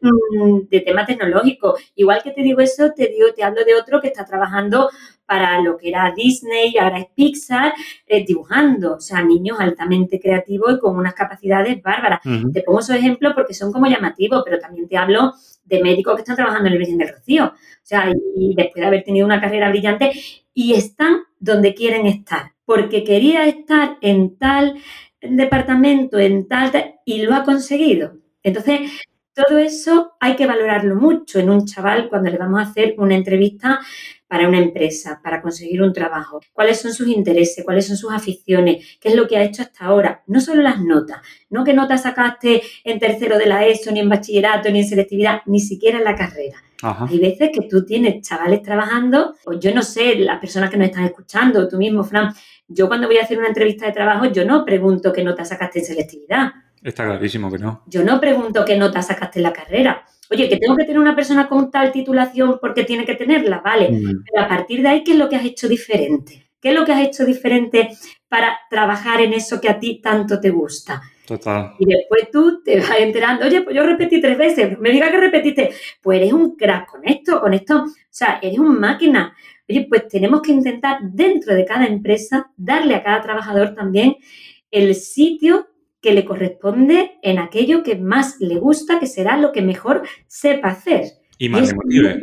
de tema tecnológico. Igual que te digo eso, te hablo de otro que está trabajando para lo que era Disney, ahora es Pixar, dibujando. O sea, niños altamente creativos y con unas capacidades bárbaras. Uh-huh. Te pongo esos ejemplos porque son como llamativos, pero también te hablo de médicos que están trabajando en el Virgen del Rocío. O sea, y después de haber tenido una carrera brillante, y están donde quieren estar. Porque quería estar en tal departamento, y lo ha conseguido. Entonces, todo eso hay que valorarlo mucho en un chaval cuando le vamos a hacer una entrevista para una empresa, para conseguir un trabajo. ¿Cuáles son sus intereses? ¿Cuáles son sus aficiones? ¿Qué es lo que ha hecho hasta ahora? No solo las notas. No qué notas sacaste en tercero de la ESO, ni en bachillerato, ni en selectividad, ni siquiera en la carrera. Ajá. Hay veces que tú tienes chavales trabajando, o yo no sé, las personas que nos están escuchando, tú mismo, Fran, yo cuando voy a hacer una entrevista de trabajo, yo no pregunto qué notas sacaste en selectividad. Está clarísimo que no. Yo no pregunto qué notas sacaste en la carrera. Oye, que tengo que tener una persona con tal titulación porque tiene que tenerla, vale. Pero a partir de ahí, ¿qué es lo que has hecho diferente? ¿Qué es lo que has hecho diferente para trabajar en eso que a ti tanto te gusta? Total. Y después tú te vas enterando, oye, pues yo repetí 3 veces, me digas que repetiste, pues eres un crack con esto, o sea, eres un máquina. Oye, pues tenemos que intentar dentro de cada empresa darle a cada trabajador también el sitio que le corresponde en aquello que más le gusta, que será lo que mejor sepa hacer. Y más le motive.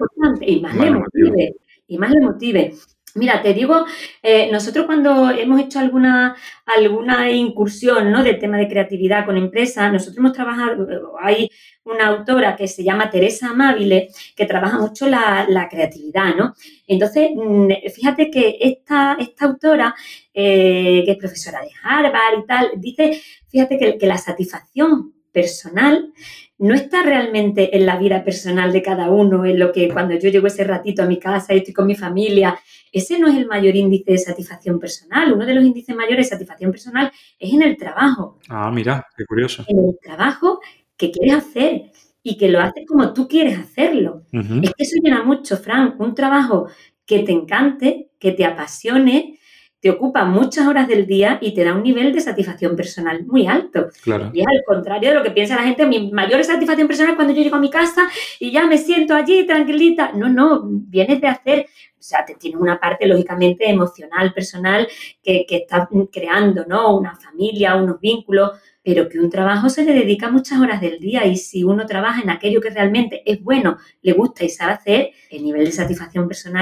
Y más le motive. Mira, te digo, nosotros cuando hemos hecho alguna incursión, ¿no?, del tema de creatividad con empresas, nosotros hemos trabajado, hay una autora que se llama Teresa Amabile, que trabaja mucho la creatividad, ¿no? Entonces, fíjate que esta autora, que es profesora de Harvard y tal, dice, fíjate que la satisfacción personal no está realmente en la vida personal de cada uno, en lo que cuando yo llego ese ratito a mi casa y estoy con mi familia, ese no es el mayor índice de satisfacción personal. Uno de los índices mayores de satisfacción personal es en el trabajo. Ah, mira, qué curioso. En el trabajo que quieres hacer y que lo haces como tú quieres hacerlo. Uh-huh. Es que eso llena mucho, Fran, un trabajo que te encante, que te apasione, te ocupa muchas horas del día y te da un nivel de satisfacción personal muy alto. Claro. Y es al contrario de lo que piensa la gente, mi mayor satisfacción personal es cuando yo llego a mi casa y ya me siento allí tranquilita. No, vienes de hacer, o sea, tienes una parte lógicamente emocional, personal, que estás creando, ¿no?, una familia, unos vínculos, pero que un trabajo se le dedica muchas horas del día y si uno trabaja en aquello que realmente es bueno, le gusta y sabe hacer, el nivel de satisfacción personal es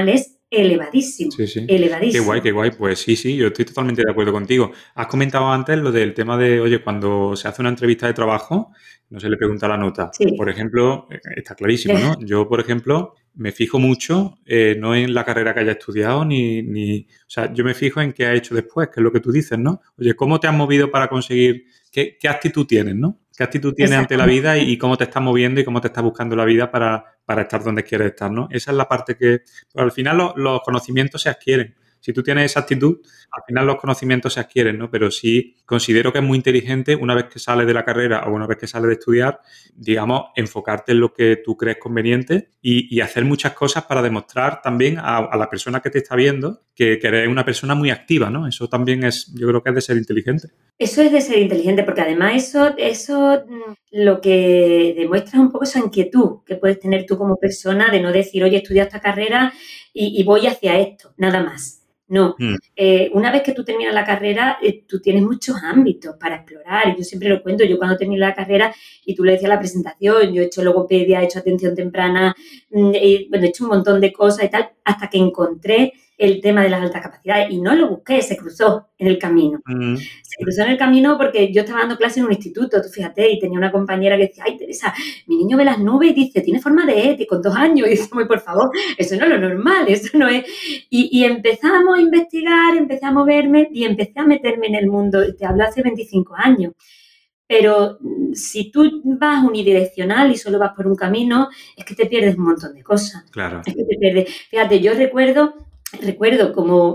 elevadísimo, Sí, sí. Qué elevadísimo. guay, qué guay. Pues sí, sí, yo estoy totalmente de acuerdo contigo. Has comentado antes lo del tema de, oye, cuando se hace una entrevista de trabajo, no se le pregunta la nota. Sí. Por ejemplo, está clarísimo, ¿no? Yo, por ejemplo, me fijo mucho no en la carrera que haya estudiado, o sea, yo me fijo en qué ha hecho después, que es lo que tú dices, ¿no? Oye, ¿cómo te has movido para conseguir, qué actitud tienes, ¿no? ¿Qué actitud tienes ante la vida y cómo te estás moviendo y cómo te estás buscando la vida para estar donde quieres estar, ¿no? Esa es la parte que, pues, al final los conocimientos se adquieren. Si tú tienes esa actitud, al final los conocimientos se adquieren, ¿no? Pero sí considero que es muy inteligente una vez que sales de la carrera o una vez que sales de estudiar, digamos, enfocarte en lo que tú crees conveniente y hacer muchas cosas para demostrar también a la persona que te está viendo que eres una persona muy activa, ¿no? Eso también es, yo creo que es de ser inteligente. Eso es de ser inteligente, porque además eso lo que demuestra es un poco esa inquietud que puedes tener tú como persona de no decir, oye, he estudiado esta carrera y voy hacia esto, nada más. No. Mm. Una vez que tú terminas la carrera, tú tienes muchos ámbitos para explorar. Yo siempre lo cuento, yo cuando terminé la carrera, y tú le decías la presentación, yo he hecho logopedia, he hecho atención temprana, bueno, he hecho un montón de cosas y tal, hasta que encontré el tema de las altas capacidades y no lo busqué, se cruzó en el camino. Se cruzó en el camino porque yo estaba dando clase en un instituto, tú fíjate, y tenía una compañera que decía, ay, Teresa, mi niño ve las nubes y dice, tiene forma de ET, con 2 años, y dice, muy por favor, eso no es lo normal, eso no es. Y empezamos a investigar, empecé a moverme y empecé a meterme en el mundo, y te hablo hace 25 años. Pero si tú vas unidireccional y solo vas por un camino, es que te pierdes un montón de cosas. Claro. Es que te pierdes. Fíjate, yo recuerdo como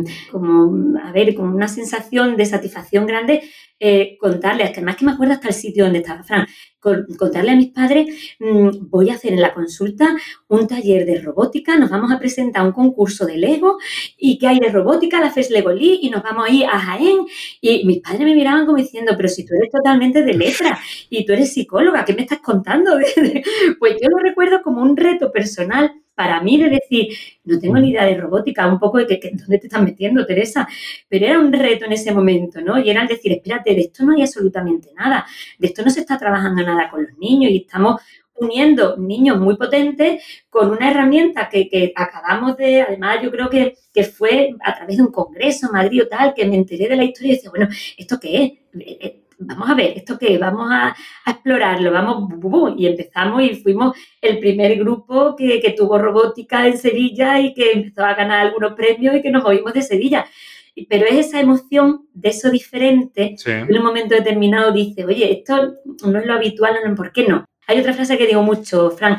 a ver, como una sensación de satisfacción grande contarle, además que me acuerdo hasta el sitio donde estaba Fran, contarle a mis padres, voy a hacer en la consulta un taller de robótica, nos vamos a presentar a un concurso de Lego y que hay de robótica, la FES Legolí, y nos vamos a ir a Jaén. Y mis padres me miraban como diciendo, pero si tú eres totalmente de letras y tú eres psicóloga, ¿qué me estás contando? Pues yo lo recuerdo como un reto personal para mí de decir, no tengo ni idea de robótica, un poco de que ¿dónde te estás metiendo, Teresa? Pero era un reto en ese momento, ¿no? Y era el decir, espérate, de esto no hay absolutamente nada, de esto no se está trabajando nada con los niños y estamos uniendo niños muy potentes con una herramienta que acabamos de, además yo creo que fue a través de un congreso en Madrid o tal, que me enteré de la historia y decía, bueno, ¿esto qué es? Vamos a ver, ¿esto qué es? Vamos a explorarlo, vamos, y empezamos y fuimos el primer grupo que tuvo robótica en Sevilla y que empezó a ganar algunos premios y que nos oímos de Sevilla. Pero es esa emoción de eso diferente, Sí. en un momento determinado dice, oye, esto no es lo habitual, no, ¿por qué no? Hay otra frase que digo mucho, Fran,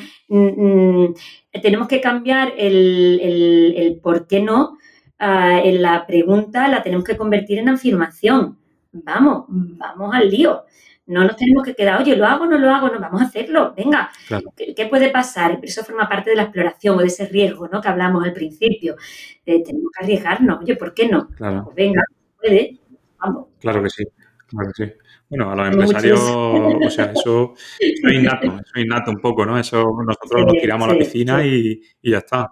tenemos que cambiar el por qué no en la pregunta, la tenemos que convertir en afirmación. Vamos al lío. No nos tenemos que quedar, oye, ¿lo hago o no lo hago? No, vamos a hacerlo, venga. Claro. ¿Qué puede pasar? Eso forma parte de la exploración o de ese riesgo, ¿no?, que hablamos al principio. Tenemos que arriesgarnos, oye, ¿por qué no? Claro. Pues venga, puede, vamos. Claro que sí, claro que sí. Bueno, a los Tengo mucho empresarios, eso. o sea, eso es innato un poco, ¿no? Eso nosotros nos tiramos a la piscina Sí. y ya está.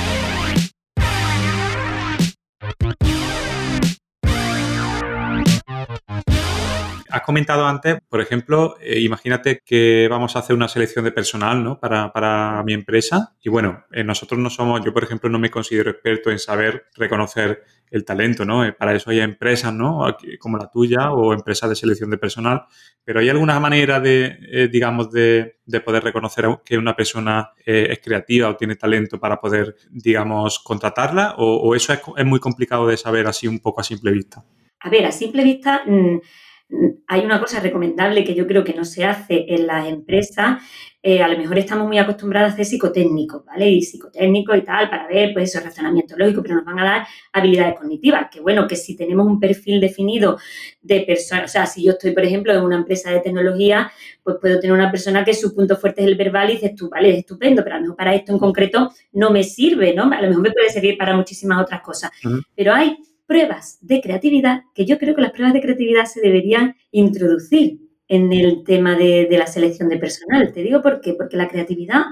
Has comentado antes, por ejemplo, imagínate que vamos a hacer una selección de personal, ¿no?, para mi empresa. Y bueno, nosotros no somos, yo por ejemplo no me considero experto en saber reconocer el talento, ¿no? Para eso hay empresas, ¿no?, como la tuya o empresas de selección de personal. Pero ¿hay alguna manera digamos, de poder reconocer que una persona es creativa o tiene talento para poder, digamos, contratarla? ¿O eso es muy complicado de saber así un poco a simple vista? A ver, a simple vista hay una cosa recomendable que yo creo que no se hace en las empresas. A lo mejor estamos muy acostumbrados a hacer psicotécnicos, ¿vale? Y psicotécnicos y tal, para ver, pues, eso, razonamiento lógico, pero nos van a dar habilidades cognitivas. Que bueno, que si tenemos un perfil definido de persona, o sea, si yo estoy, por ejemplo, en una empresa de tecnología, pues puedo tener una persona que su punto fuerte es el verbal y dices tú, vale, es estupendo, pero a lo mejor para esto en concreto no me sirve, ¿no? A lo mejor me puede servir para muchísimas otras cosas. Uh-huh. Pero hay pruebas de creatividad, que yo creo que las pruebas de creatividad se deberían introducir en el tema de la selección de personal. Te digo por qué, porque la creatividad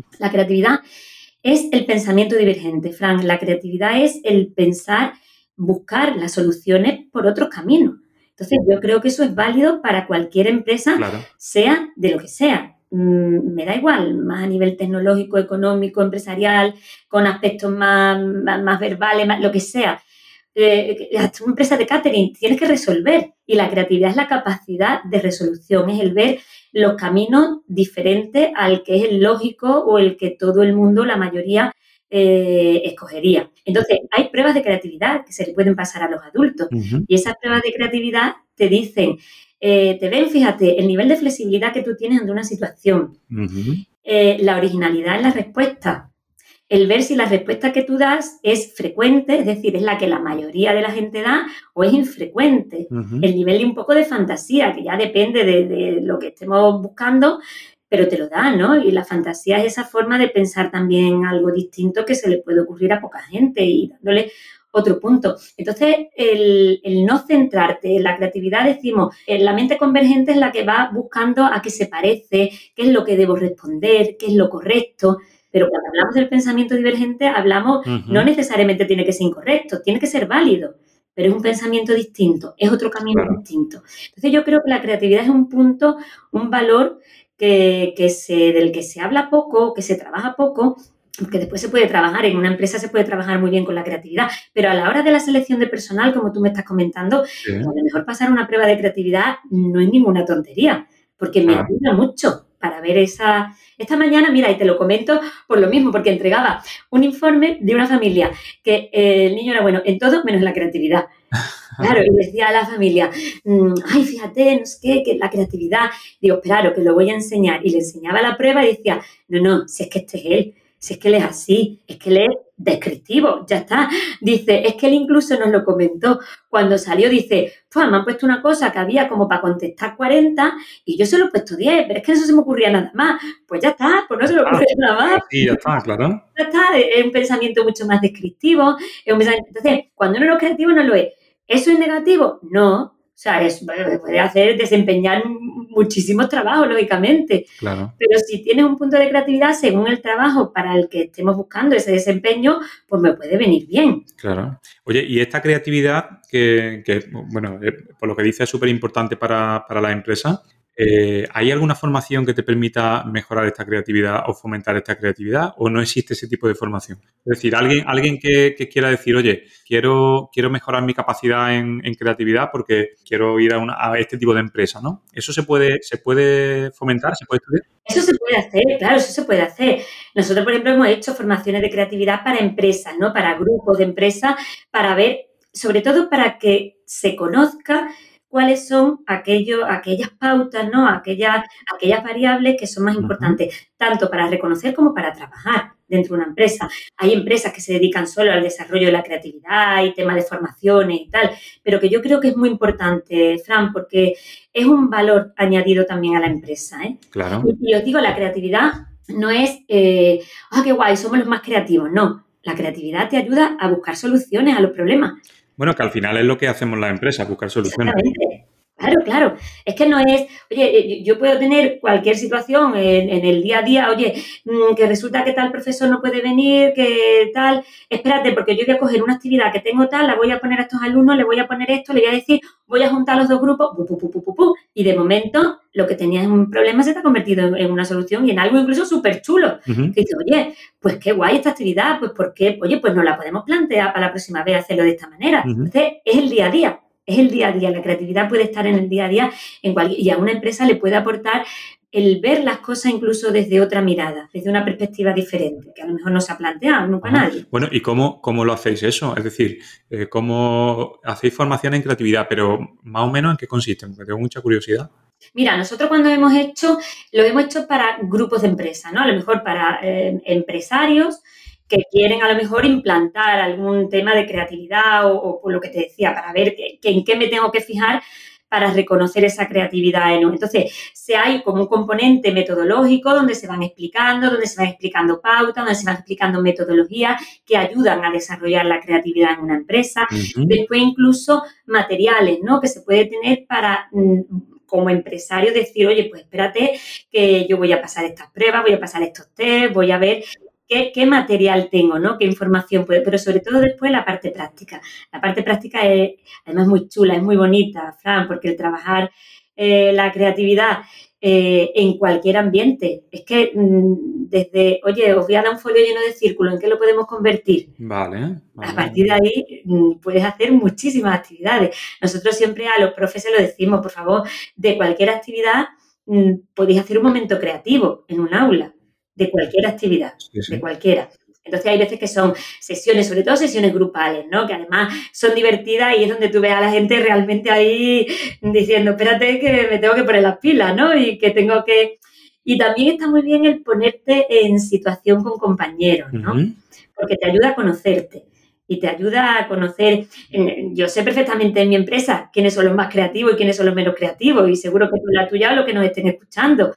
es el pensamiento divergente, Fran. La creatividad es el pensar, buscar las soluciones por otros caminos. Entonces, yo creo que eso es válido para cualquier empresa, Claro. sea de lo que sea. me da igual, más a nivel tecnológico, económico, empresarial, con aspectos más verbales, más, lo que sea. Hasta una empresa de catering, tienes que resolver. Y la creatividad es la capacidad de resolución, es el ver los caminos diferentes al que es el lógico o el que todo el mundo, la mayoría, escogería. Entonces, hay pruebas de creatividad que se le pueden pasar a los adultos. Ujú. Y esas pruebas de creatividad te dicen, te ven, fíjate, el nivel de flexibilidad que tú tienes ante una situación, Ujú. la originalidad en la respuesta, el ver si la respuesta que tú das es frecuente, es decir, es la que la mayoría de la gente da, o es infrecuente. Ujú. El nivel de un poco de fantasía, que ya depende de lo que estemos buscando, pero te lo da, ¿no? Y la fantasía es esa forma de pensar también algo distinto que se le puede ocurrir a poca gente y dándole otro punto. Entonces, el no centrarte en la creatividad, decimos, la mente convergente es la que va buscando a qué se parece, qué es lo que debo responder, qué es lo correcto. Pero cuando hablamos del pensamiento divergente, hablamos, no Ujú. necesariamente tiene que ser incorrecto, tiene que ser válido, pero es un pensamiento distinto, es otro camino Claro. distinto. Entonces yo creo que la creatividad es un punto, un valor del que se habla poco, que se trabaja poco, porque después se puede trabajar, en una empresa se puede trabajar muy bien con la creatividad, pero a la hora de la selección de personal, como tú me estás comentando, Sí, a lo mejor pasar una prueba de creatividad no es ninguna tontería, porque me claro. ayuda mucho para ver esa... Esta mañana, mira, y te lo comento por lo mismo, porque entregaba un informe de una familia que el niño era bueno en todo menos en la creatividad. Claro, y decía a la familia, ay, fíjate, no sé qué, que la creatividad. Digo, espera, que lo voy a enseñar. Y le enseñaba la prueba y decía, no, si es que este es él, si es que él es así, es que él es descriptivo, ya está. Dice, es que él incluso nos lo comentó cuando salió, dice, pues me han puesto una cosa que había como para contestar 40 y yo se lo he puesto 10, pero es que no se me ocurría nada más. Pues ya está, pues no Ya se le está. ocurre nada más. Sí, ya está, claro. Ya está, es un pensamiento mucho más descriptivo. Entonces, cuando uno no es creativo, no lo es. ¿Eso es negativo? No. O sea, puede hacer desempeñar muchísimos trabajos, lógicamente. Claro. Pero si tienes un punto de creatividad según el trabajo para el que estemos buscando ese desempeño, pues me puede venir bien. Claro. Oye, y esta creatividad bueno, por lo que dices es súper importante para la empresa, ¿hay alguna formación que te permita mejorar esta creatividad o fomentar esta creatividad o no existe ese tipo de formación? Es decir, alguien que quiera decir, oye, quiero mejorar mi capacidad en creatividad porque quiero ir a este tipo de empresa, ¿no? ¿Eso se puede fomentar, se puede estudiar? Eso se puede hacer, claro, eso se puede hacer. Nosotros, por ejemplo, hemos hecho formaciones de creatividad para empresas, ¿no? Para grupos de empresas, para ver, sobre todo para que se conozca cuáles son aquellas pautas, ¿no? Aquellas variables que son más Ujú. importantes, tanto para reconocer como para trabajar dentro de una empresa. Hay empresas que se dedican solo al desarrollo de la creatividad y temas de formaciones y tal, pero que yo creo que es muy importante, Fran, porque es un valor añadido también a la empresa, ¿eh? Claro. Y os digo, la creatividad no es, qué guay, somos los más creativos. No, la creatividad te ayuda a buscar soluciones a los problemas. Bueno, que al final es lo que hacemos las empresas, buscar soluciones. Exactamente. Claro, claro. Es que no es, oye, yo puedo tener cualquier situación en el día a día, oye, que resulta que tal profesor no puede venir, que tal, espérate, porque yo voy a coger una actividad que tengo tal, la voy a poner a estos alumnos, le voy a poner esto, le voy a decir, voy a juntar los dos grupos, y de momento lo que tenías en un problema se te ha convertido en una solución y en algo incluso súper chulo. Ujú. Que dices, oye, pues qué guay esta actividad, pues ¿por qué? Oye, pues nos la podemos plantear para la próxima vez hacerlo de esta manera. Ujú. Entonces, es el día a día. Es el día a día, la creatividad puede estar en el día a día y a una empresa le puede aportar el ver las cosas incluso desde otra mirada, desde una perspectiva diferente, que a lo mejor no se ha planteado nunca Ajá. nadie. Bueno, ¿y cómo lo hacéis eso? Es decir, ¿cómo hacéis formación en creatividad? Pero más o menos ¿en qué consiste? Porque tengo mucha curiosidad. Mira, nosotros cuando lo hemos hecho para grupos de empresas, ¿no? A lo mejor para empresarios que quieren a lo mejor implantar algún tema de creatividad o por lo que te decía, para ver en qué me tengo que fijar para reconocer esa creatividad en uno. Entonces, hay como un componente metodológico donde se van explicando pautas, donde se van explicando metodologías que ayudan a desarrollar la creatividad en una empresa. Ujú. Después incluso materiales, ¿no? Que se puede tener para como empresario decir, oye, pues espérate que yo voy a pasar estas pruebas, voy a pasar estos test, voy a ver qué material tengo, ¿no? Qué información puedo, pero sobre todo después la parte práctica. La parte práctica es además muy chula, es muy bonita, Fran, porque el trabajar la creatividad en cualquier ambiente. Es que desde, oye, os voy a dar un folio lleno de círculos, ¿en qué lo podemos convertir? Vale. A partir de ahí puedes hacer muchísimas actividades. Nosotros siempre a los profes se lo decimos, por favor, de cualquier actividad podéis hacer un momento creativo en un aula, de cualquier actividad, Sí. de cualquiera. Entonces hay veces que son sesiones, sobre todo sesiones grupales, ¿no? Que además son divertidas y es donde tú ves a la gente realmente ahí diciendo, espérate que me tengo que poner las pilas, ¿no? Y que tengo que... Y también está muy bien el ponerte en situación con compañeros, ¿no? Porque te ayuda a conocerte y te ayuda a conocer... Yo sé perfectamente en mi empresa quiénes son los más creativos y quiénes son los menos creativos y seguro que tú la tuya o los que nos estén escuchando.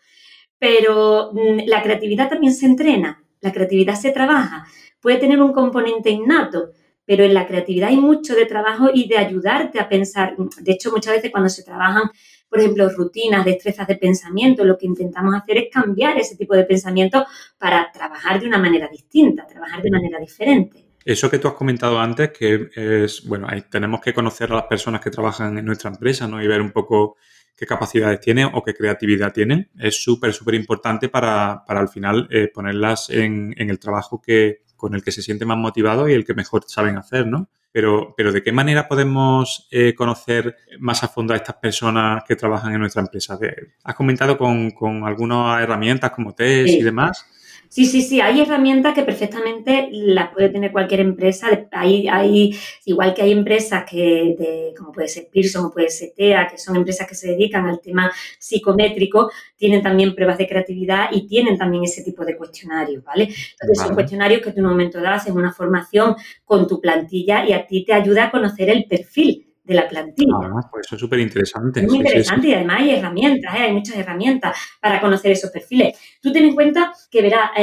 Pero la creatividad también se entrena, la creatividad se trabaja, puede tener un componente innato, pero en la creatividad hay mucho de trabajo y de ayudarte a pensar. De hecho, muchas veces cuando se trabajan, por ejemplo, rutinas, destrezas de pensamiento, lo que intentamos hacer es cambiar ese tipo de pensamiento para trabajar de una manera distinta, trabajar de manera diferente. Eso que tú has comentado antes, que es, bueno, ahí tenemos que conocer a las personas que trabajan en nuestra empresa, ¿no? Y ver un poco qué capacidades tienen o qué creatividad tienen. Es súper, súper importante para al final ponerlas en el trabajo con el que se sienten más motivados y el que mejor saben hacer, ¿no? Pero ¿de qué manera podemos conocer más a fondo a estas personas que trabajan en nuestra empresa? Has comentado con algunas herramientas como test y demás. Sí, hay herramientas que perfectamente las puede tener cualquier empresa. Hay igual que hay empresas como puede ser Pearson o puede ser TEA, que son empresas que se dedican al tema psicométrico, tienen también pruebas de creatividad y tienen también ese tipo de cuestionarios, ¿vale? Entonces son cuestionarios que tú en un momento dado haces una formación con tu plantilla y a ti te ayuda a conocer el perfil de la plantilla. Pues eso es súper interesante. Es muy interesante y además hay herramientas, hay muchas herramientas para conocer esos perfiles. Tú ten en cuenta que, verás,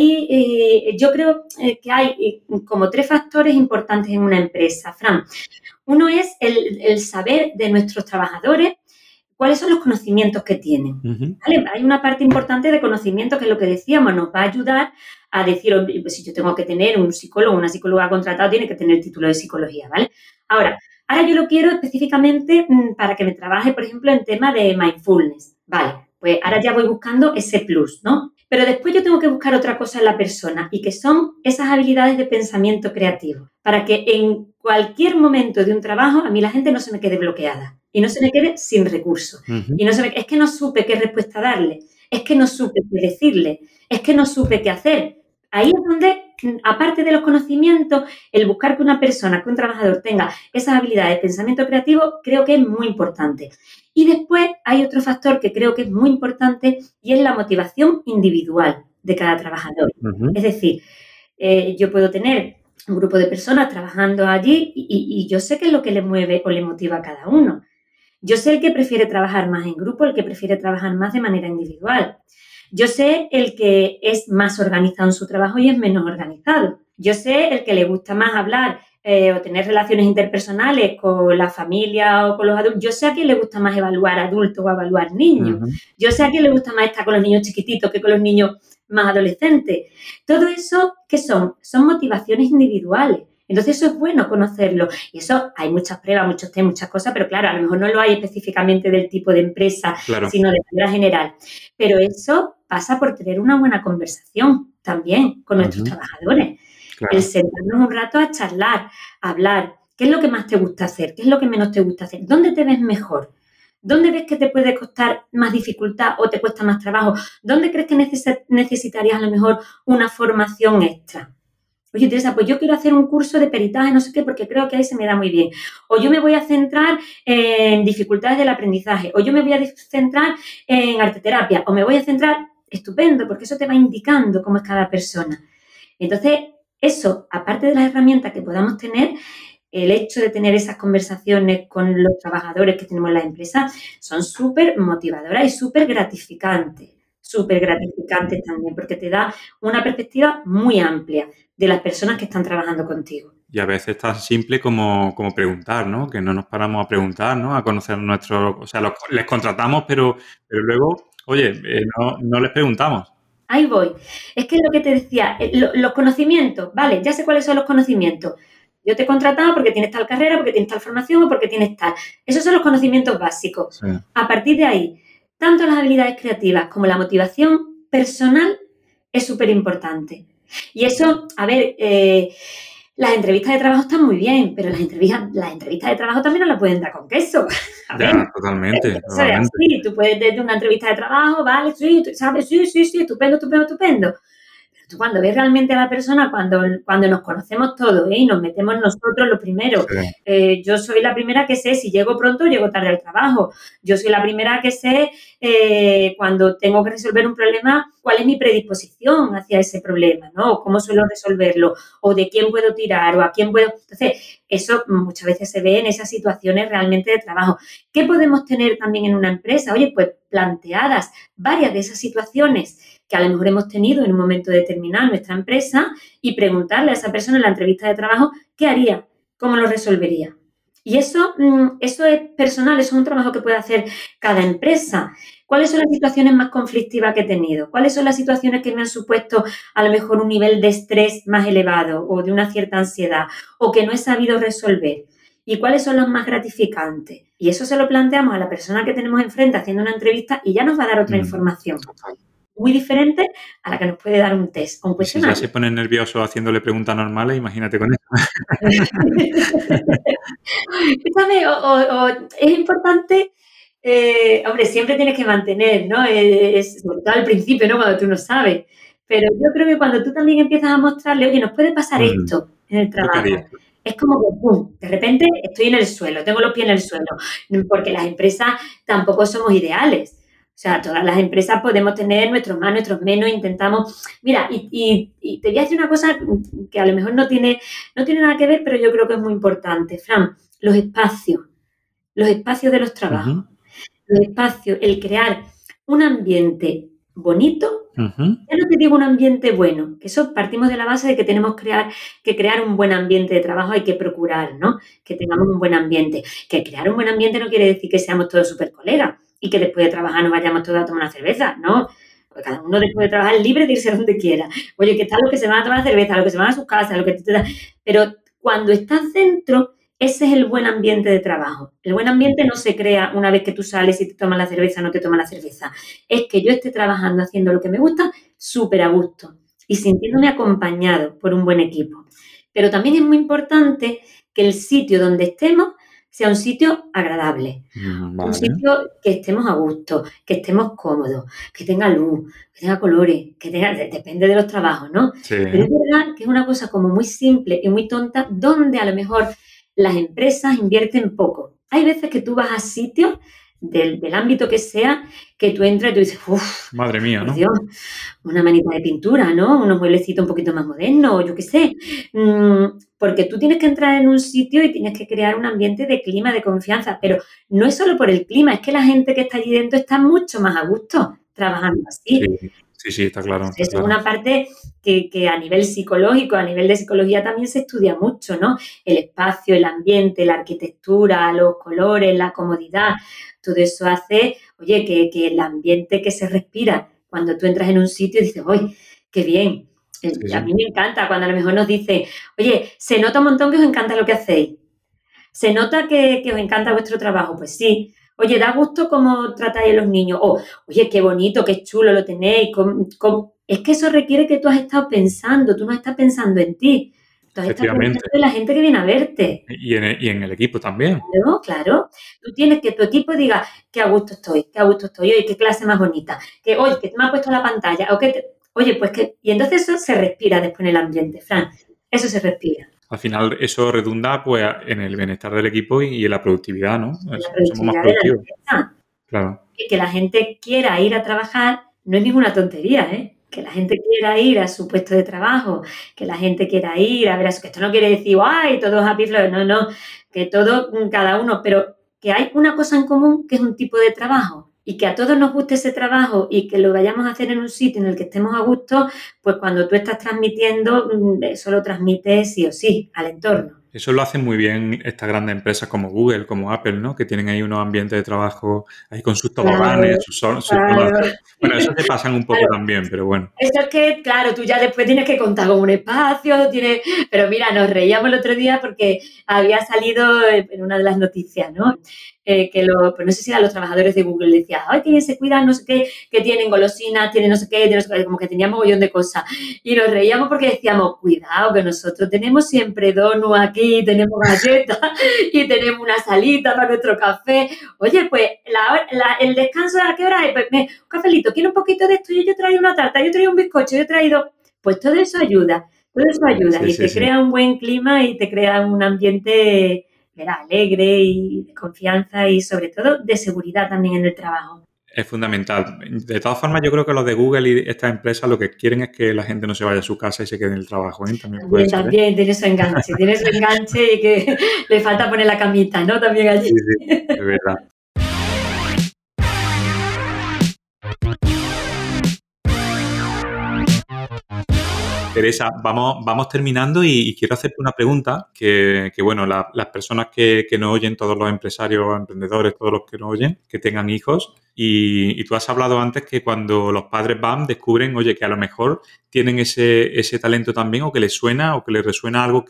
yo creo que hay como 3 factores importantes en una empresa, Fran. Uno es el saber de nuestros trabajadores cuáles son los conocimientos que tienen. ¿Vale? Hay una parte importante de conocimiento que es lo que decíamos, nos va a ayudar a decir, pues si yo tengo que tener un psicólogo, una psicóloga contratado, tiene que tener el título de psicología, ¿vale? Ahora yo lo quiero específicamente para que me trabaje, por ejemplo, en tema de mindfulness. Vale, pues ahora ya voy buscando ese plus, ¿no? Pero después yo tengo que buscar otra cosa en la persona y que son esas habilidades de pensamiento creativo para que en cualquier momento de un trabajo a mí la gente no se me quede bloqueada y no se me quede sin recursos. Y es que no supe qué respuesta darle, es que no supe qué decirle, es que no supe qué hacer. Ahí es donde, aparte de los conocimientos, el buscar que una persona, que un trabajador tenga esas habilidades de pensamiento creativo, creo que es muy importante. Y después hay otro factor que creo que es muy importante y es la motivación individual de cada trabajador. Es decir, yo puedo tener un grupo de personas trabajando allí y yo sé qué es lo que le mueve o le motiva a cada uno. Yo sé el que prefiere trabajar más en grupo, el que prefiere trabajar más de manera individual. Yo sé el que es más organizado en su trabajo y es menos organizado. Yo sé el que le gusta más hablar o tener relaciones interpersonales con la familia o con los adultos. Yo sé a quién le gusta más evaluar adultos o evaluar niños. Yo sé a quién le gusta más estar con los niños chiquititos que con los niños más adolescentes. Todo eso, ¿qué son? Son motivaciones individuales. Entonces eso es bueno conocerlo y eso hay muchas pruebas, muchos test, muchas cosas, pero claro, a lo mejor no lo hay específicamente del tipo de empresa, sino de manera general. Pero eso pasa por tener una buena conversación también con nuestros trabajadores. El sentarnos un rato a charlar, a hablar. ¿Qué es lo que más te gusta hacer? ¿Qué es lo que menos te gusta hacer? ¿Dónde te ves mejor? ¿Dónde ves que te puede costar más dificultad o te cuesta más trabajo? ¿Dónde crees que necesitarías a lo mejor una formación extra? Oye, Teresa, pues yo quiero hacer un curso de peritaje, no sé qué, porque creo que ahí se me da muy bien. O yo me voy a centrar en dificultades del aprendizaje. O yo me voy a centrar en arteterapia. O me voy a centrar... Estupendo, porque eso te va indicando cómo es cada persona. Entonces, eso, aparte de las herramientas que podamos tener, el hecho de tener esas conversaciones con los trabajadores que tenemos en la empresa son súper motivadoras y súper gratificantes. Súper gratificantes también, porque te da una perspectiva muy amplia de las personas que están trabajando contigo. Y a veces tan simple como preguntar, ¿no? Que no nos paramos a preguntar, ¿no? A conocer nuestros... O sea, les contratamos, pero luego, oye, no les preguntamos. Ahí voy. Es que es lo que te decía, los conocimientos, vale, ya sé cuáles son los conocimientos. Yo te he contratado porque tienes tal carrera, porque tienes tal formación o porque tienes tal. Esos son los conocimientos básicos. Sí. A partir de ahí, tanto las habilidades creativas como la motivación personal es súper importante. Y eso, a ver, las entrevistas de trabajo están muy bien, pero las entrevistas de trabajo también no las pueden dar con queso. A ver, Ya, totalmente, eso es así. Tú puedes desde una entrevista de trabajo, vale, sí, sabes, sí, estupendo. Pero tú cuando ves realmente a la persona, cuando nos conocemos todos, y nos metemos nosotros lo primero. Sí. Yo soy la primera que sé si llego pronto o llego tarde al trabajo. Yo soy la primera que sé cuando tengo que resolver un problema, cuál es mi predisposición hacia ese problema, ¿no? O cómo suelo resolverlo, o de quién puedo tirar, o a quién puedo... Entonces, eso muchas veces se ve en esas situaciones realmente de trabajo. ¿Qué podemos tener también en una empresa? Oye, pues planteadas varias de esas situaciones que a lo mejor hemos tenido en un momento determinado en nuestra empresa y preguntarle a esa persona en la entrevista de trabajo qué haría, cómo lo resolvería. Y eso es personal, eso es un trabajo que puede hacer cada empresa. ¿Cuáles son las situaciones más conflictivas que he tenido? ¿Cuáles son las situaciones que me han supuesto a lo mejor un nivel de estrés más elevado o de una cierta ansiedad o que no he sabido resolver? ¿Y cuáles son las más gratificantes? Y eso se lo planteamos a la persona que tenemos enfrente haciendo una entrevista y ya nos va a dar otra información Total. muy diferente a la que nos puede dar un test o un Y si ya cuestionario. se pone nervioso haciéndole preguntas normales, imagínate con eso. Escúchame, es importante, hombre, siempre tienes que mantener, ¿no? Sobre todo al principio, ¿no? Cuando tú no sabes. Pero yo creo que cuando tú también empiezas a mostrarle, oye, nos puede pasar esto en el ¿Tú qué harías? trabajo. Es como que, ¡pum!, de repente estoy en el suelo, tengo los pies en el suelo, porque las empresas tampoco somos ideales. O sea, todas las empresas podemos tener nuestros más, nuestros menos, intentamos... Mira, y te voy a decir una cosa que a lo mejor no tiene nada que ver, pero yo creo que es muy importante, Fran, los espacios de los trabajos, Ujú, los espacios, el crear un ambiente bonito. ujú. Ya no te digo un ambiente bueno, que eso partimos de la base de que tenemos que crear un buen ambiente de trabajo, hay que procurar, ¿no? Que tengamos un buen ambiente. Que crear un buen ambiente no quiere decir que seamos todos súper colegas y que después de trabajar nos vayamos todos a tomar una cerveza, ¿no? Porque cada uno después de trabajar es libre de irse a donde quiera. Oye, que están los que se van a tomar cerveza, los que se van a sus casas, los que... Pero cuando estás dentro, ese es el buen ambiente de trabajo. El buen ambiente no se crea una vez que tú sales y te tomas la cerveza o no te tomas la cerveza. Es que yo esté trabajando haciendo lo que me gusta súper a gusto y sintiéndome acompañado por un buen equipo. Pero también es muy importante que el sitio donde estemos sea un sitio agradable, un Vale. sitio que estemos a gusto, que estemos cómodos, que tenga luz, que tenga colores, depende de los trabajos, ¿no? Sí. Pero es verdad que es una cosa como muy simple y muy tonta donde a lo mejor las empresas invierten poco. Hay veces que tú vas a sitios del ámbito que sea, que tú entras y tú dices, uff, Madre mía, por ¿no? Dios, una manita de pintura, ¿no? Unos mueblecitos un poquito más modernos, yo qué sé. Porque tú tienes que entrar en un sitio y tienes que crear un ambiente de clima, de confianza. Pero no es solo por el clima, es que la gente que está allí dentro está mucho más a gusto trabajando así. Sí, está claro. Eso es una parte que a nivel psicológico, a nivel de psicología también se estudia mucho, ¿no? El espacio, el ambiente, la arquitectura, los colores, la comodidad, todo eso hace, oye, que el ambiente que se respira cuando tú entras en un sitio y dices, oye, qué bien. A mí me encanta cuando a lo mejor nos dicen, oye, se nota un montón que os encanta lo que hacéis. Se nota que os encanta vuestro trabajo. Pues sí. Oye, da gusto cómo tratáis a los niños. Oye, qué bonito, qué chulo lo tenéis. Es que eso requiere que tú has estado pensando, tú no estás pensando en ti. Tú has estado pensando en la gente que viene a verte. Y en el equipo también. Claro. Tú tienes que tu equipo diga qué a gusto estoy, oye, qué clase más bonita, oye, que me ha puesto la pantalla, oye, pues que... Y entonces eso se respira después en el ambiente, Fran. Eso se respira. Al final eso redunda pues en el bienestar del equipo y en la productividad, ¿no? Somos más productivos. Claro. Que la gente quiera ir a trabajar no es ninguna tontería, ¿eh? Que la gente quiera ir a su puesto de trabajo, que la gente quiera ir a ver que esto no quiere decir, ¡ay, todos happy flow! No, que todo, cada uno, pero que hay una cosa en común que es un tipo de trabajo y que a todos nos guste ese trabajo y que lo vayamos a hacer en un sitio en el que estemos a gusto, pues cuando tú estás transmitiendo, eso lo transmites sí o sí al entorno. Eso lo hacen muy bien estas grandes empresas como Google, como Apple, ¿no? Que tienen ahí unos ambientes de trabajo ahí con sus toboganes, Claro, sus zonas. claro. Bueno, eso te pasan un poco Claro, también, pero bueno. eso es que, claro, tú ya después tienes que contar con un espacio, tienes... Pero mira, nos reíamos el otro día porque había salido en una de las noticias, ¿no? Pues no sé si eran los trabajadores de Google, decían, ay, que bien se cuidan, no sé qué, que tienen golosinas, tienen no sé qué, tienen no sé qué, como que tenían mogollón de cosas. Y nos reíamos porque decíamos, cuidado, que nosotros tenemos siempre donuts aquí, tenemos galletas y tenemos una salita para nuestro café. Oye, pues el descanso, ¿a qué hora es? Pues un cafelito, quiero un poquito de esto, yo he traído una tarta, yo he traído un bizcocho, yo he traído... Pues todo eso ayuda Sí, y sí, te sí. crea un buen clima y te crea un ambiente, era alegre y de confianza y sobre todo de seguridad también en el trabajo. Es fundamental. De todas formas, yo creo que los de Google y estas empresas lo que quieren es que la gente no se vaya a su casa y se quede en el trabajo, ¿eh? También puede También, ser, ¿eh? también tiene su enganche y que le falta poner la camita, ¿no? También allí. Sí, sí, es verdad. Teresa, vamos terminando y quiero hacerte una pregunta que bueno, las personas que nos oyen, todos los empresarios, emprendedores, todos los que nos oyen, que tengan hijos, y tú has hablado antes que cuando los padres van, descubren, oye, que a lo mejor tienen ese talento también o que les suena o que les resuena algo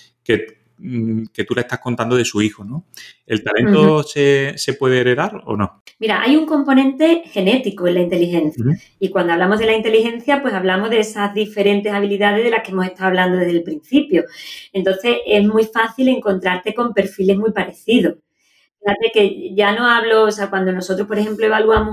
que tú le estás contando de su hijo, ¿no? ¿El Ujú. talento se puede heredar o no? Mira, hay un componente genético en la inteligencia Ujú. y cuando hablamos de la inteligencia, pues hablamos de esas diferentes habilidades de las que hemos estado hablando desde el principio. Entonces, es muy fácil encontrarte con perfiles muy parecidos. Fíjate que ya no hablo, o sea, cuando nosotros, por ejemplo, evaluamos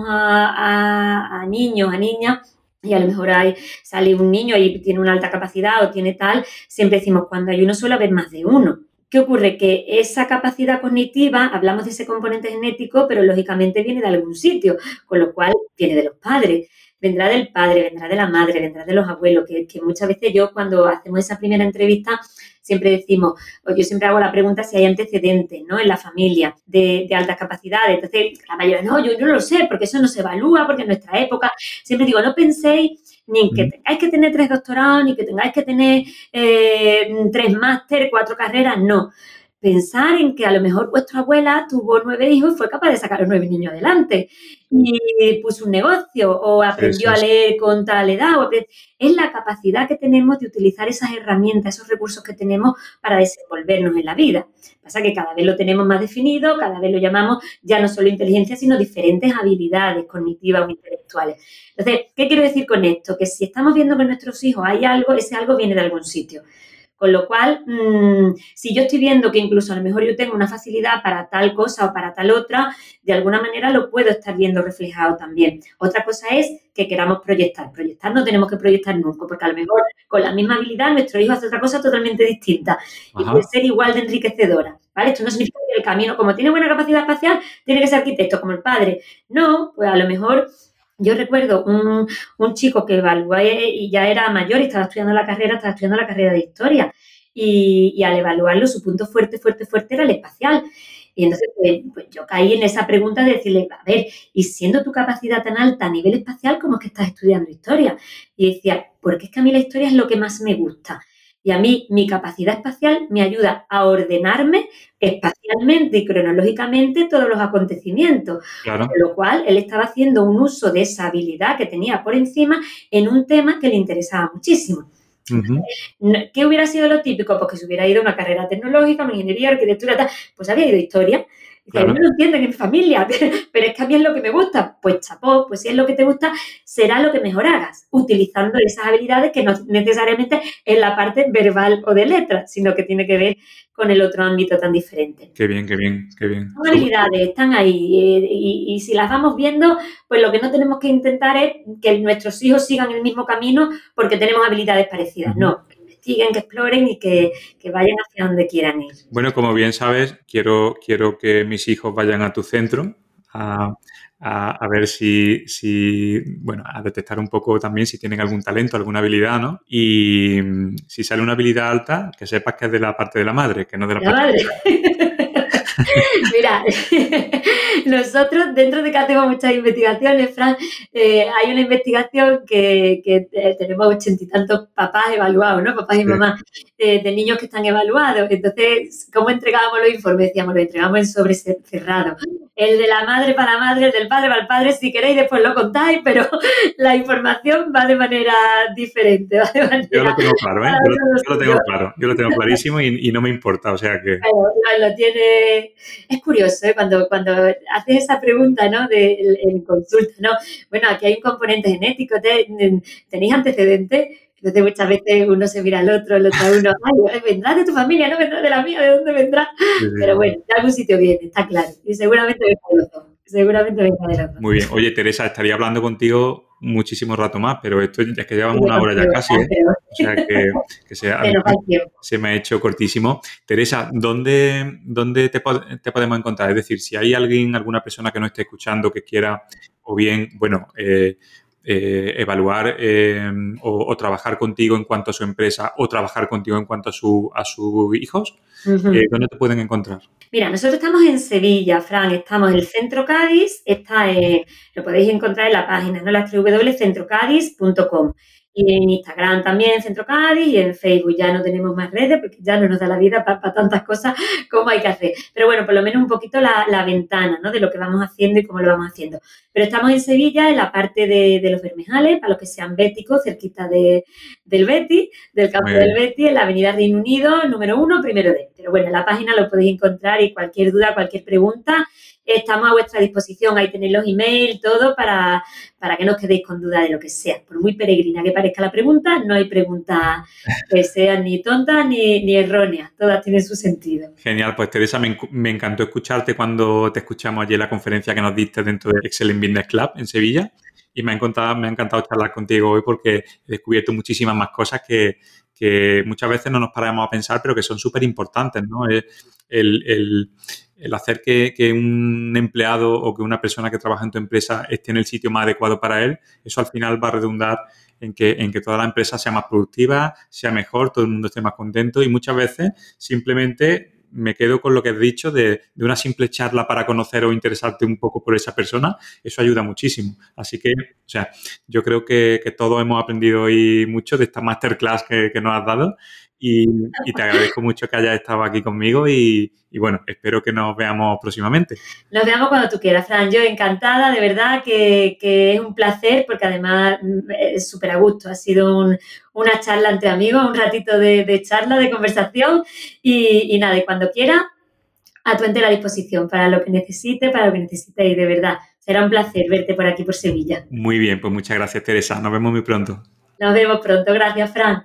a niños, a niñas, y a lo mejor sale un niño y tiene una alta capacidad o tiene tal, siempre decimos, cuando hay uno suele haber más de uno. ¿Qué ocurre? Que esa capacidad cognitiva, hablamos de ese componente genético, pero lógicamente viene de algún sitio, con lo cual viene de los padres. Vendrá del padre, vendrá de la madre, vendrá de los abuelos, que muchas veces yo cuando hacemos esa primera entrevista siempre decimos, o yo siempre hago la pregunta si hay antecedentes, ¿no? En la familia de altas capacidades. Entonces, la mayoría, no, yo no lo sé, porque eso no se evalúa, porque en nuestra época, siempre digo, no penséis ni en que Ujú. tengáis que tener 3 doctorados, ni que tengáis que tener 3 máster, 4 carreras, no. Pensar en que a lo mejor vuestra abuela tuvo 9 hijos y fue capaz de sacar a los 9 niños adelante y puso un negocio o Sí, aprendió sí, a sí. leer con tal edad. Es la capacidad que tenemos de utilizar esas herramientas, esos recursos que tenemos para desenvolvernos en la vida. Pasa que cada vez lo tenemos más definido, cada vez lo llamamos ya no solo inteligencia, sino diferentes habilidades cognitivas o intelectuales. Entonces, ¿qué quiero decir con esto? Que si estamos viendo que en nuestros hijos hay algo, ese algo viene de algún sitio. Con lo cual, si yo estoy viendo que incluso a lo mejor yo tengo una facilidad para tal cosa o para tal otra, de alguna manera lo puedo estar viendo reflejado también. Otra cosa es que queramos proyectar. Proyectar no tenemos que proyectar nunca, porque a lo mejor con la misma habilidad nuestro hijo hace otra cosa totalmente distinta y puede Ajá. ser igual de enriquecedora. ¿Vale? Esto no significa que el camino, como tiene buena capacidad espacial, tiene que ser arquitecto como el padre. No, pues a lo mejor yo recuerdo un chico que evalué y ya era mayor y estaba estudiando la carrera de historia. Y al evaluarlo, su punto fuerte, fuerte, fuerte era el espacial. Y entonces, pues yo caí en esa pregunta de decirle, a ver, y siendo tu capacidad tan alta a nivel espacial, ¿cómo es que estás estudiando historia? Y decía, porque es que a mí la historia es lo que más me gusta. Y a mí mi capacidad espacial me ayuda a ordenarme espacialmente y cronológicamente todos los acontecimientos. Con Claro. lo cual, él estaba haciendo un uso de esa habilidad que tenía por encima en un tema que le interesaba muchísimo. Ujú. ¿Qué hubiera sido lo típico? Pues que se hubiera ido a una carrera tecnológica, una ingeniería, arquitectura, tal. Pues había ido a historia. Dice, no Claro. lo entienden en mi familia, pero es que a mí es lo que me gusta. Pues chapó, pues si es lo que te gusta, será lo que mejor hagas, utilizando esas habilidades que no necesariamente es la parte verbal o de letras, sino que tiene que ver con el otro ámbito tan diferente. Qué bien, qué bien, qué bien. Son habilidades, están ahí y si las vamos viendo, pues lo que no tenemos que intentar es que nuestros hijos sigan el mismo camino porque tenemos habilidades parecidas. Ujú. No, que investiguen, que exploren y que vayan hacia donde quieran ir. Bueno, como bien sabes, quiero que mis hijos vayan a tu centro a, a ver bueno, a detectar un poco también si tienen algún talento, alguna habilidad, ¿no? Y si sale una habilidad alta, que sepas que es de la parte de la madre, que no de la La parte madre. Mira, nosotros dentro de que hacemos muchas investigaciones, Fran, hay una investigación que tenemos 80 y tantos papás evaluados, ¿no? Papás y mamás de niños que están evaluados. Entonces, ¿cómo entregábamos los informes? Decíamos, lo entregamos en sobre cerrado. El de la madre para la madre, el del padre para el padre, si queréis después lo contáis, pero la información va de manera diferente. Va de manera, yo lo tengo claro, ¿eh? Yo lo tengo claro, yo lo tengo clarísimo y no me importa, o sea que... Lo tiene... Es curioso, ¿eh? Cuando haces esa pregunta, ¿no? En consulta, ¿no? Bueno, aquí hay un componente genético, ¿tenéis antecedentes? Entonces muchas veces uno se mira al otro, el otro a uno, ay, vendrá de tu familia, no vendrá de la mía, ¿de dónde vendrá? Sí. Pero bueno, de algún sitio viene, está claro. Y seguramente venga de los dos. Seguramente venga de los dos. Muy bien. Oye, Teresa, estaría hablando contigo muchísimo rato más, pero esto es que llevamos una hora ya casi, ¿eh? O sea que se me ha hecho cortísimo. Teresa, ¿dónde te podemos encontrar? Es decir, si hay alguna persona que no esté escuchando que quiera, o bien, bueno, evaluar o trabajar contigo en cuanto a su empresa o trabajar contigo en cuanto a sus hijos, ¿dónde te pueden encontrar? Mira, nosotros estamos en Sevilla, Fran, estamos en el Centro Cádiz, lo podéis encontrar en la página, ¿no? www.centrocadiz.com. Y en Instagram también, Centro Cádiz, y en Facebook ya no tenemos más redes porque ya no nos da la vida para tantas cosas como hay que hacer. Pero bueno, por lo menos un poquito la ventana, ¿no? De lo que vamos haciendo y cómo lo vamos haciendo. Pero estamos en Sevilla, en la parte de los Bermejales, para los que sean béticos, cerquita del Betis, del campo del Betis, en la avenida Reino Unido, número 1, primero D. Pero bueno, en la página lo podéis encontrar y cualquier duda, cualquier pregunta, estamos a vuestra disposición. Ahí tenéis los emails, todo para que no os quedéis con duda de lo que sea. Por muy peregrina que parezca la pregunta, no hay preguntas que sean ni tontas ni erróneas. Todas tienen su sentido. Genial. Pues, Teresa, me encantó escucharte cuando te escuchamos ayer en la conferencia que nos diste dentro de Excellent Business Club en Sevilla. Y me ha encantado charlar contigo hoy porque he descubierto muchísimas más cosas que muchas veces no nos paramos a pensar, pero que son súper importantes, ¿no? El hacer que un empleado o que una persona que trabaja en tu empresa esté en el sitio más adecuado para él, eso al final va a redundar en que toda la empresa sea más productiva, sea mejor, todo el mundo esté más contento y muchas veces simplemente me quedo con lo que has dicho de una simple charla para conocer o interesarte un poco por esa persona, eso ayuda muchísimo. Así que, o sea, yo creo que todos hemos aprendido hoy mucho de esta masterclass que nos has dado y te agradezco mucho que hayas estado aquí conmigo y bueno, espero que nos veamos próximamente. Nos veamos cuando tú quieras, Fran. Yo encantada, de verdad que es un placer porque además es súper a gusto. Ha sido una charla entre amigos, un ratito de charla, de conversación y nada, y cuando quieras, a tu entera disposición para lo que necesites, y de verdad. Será un placer verte por aquí, por Sevilla. Muy bien, pues muchas gracias, Teresa. Nos vemos muy pronto. Nos vemos pronto. Gracias, Fran.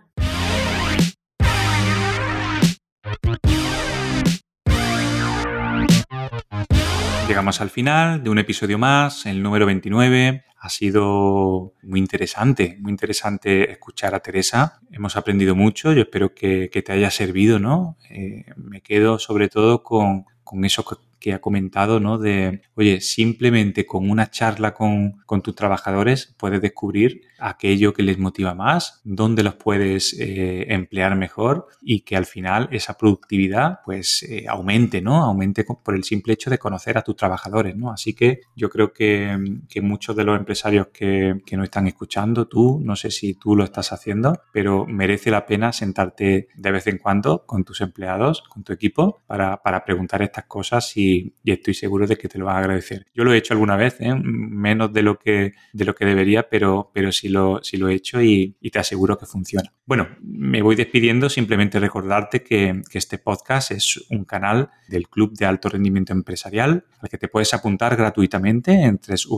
Llegamos al final de un episodio más, el número 29. Ha sido muy interesante escuchar a Teresa. Hemos aprendido mucho. Yo espero que te haya servido, ¿no? Me quedo sobre todo con eso que ha comentado, ¿no? De, oye, simplemente con una charla con tus trabajadores puedes descubrir aquello que les motiva más, dónde los puedes emplear mejor y que al final esa productividad pues aumente, ¿no? Aumente por el simple hecho de conocer a tus trabajadores, ¿no? Así que yo creo que muchos de los empresarios que nos están escuchando, no sé si tú lo estás haciendo, pero merece la pena sentarte de vez en cuando con tus empleados, con tu equipo, para preguntar estas cosas y estoy seguro de que te lo van a agradecer. Yo lo he hecho alguna vez, menos de lo que debería, pero sí lo he hecho y te aseguro que funciona. Bueno, me voy despidiendo, simplemente recordarte que este podcast es un canal del Club de Alto Rendimiento Empresarial al que te puedes apuntar gratuitamente en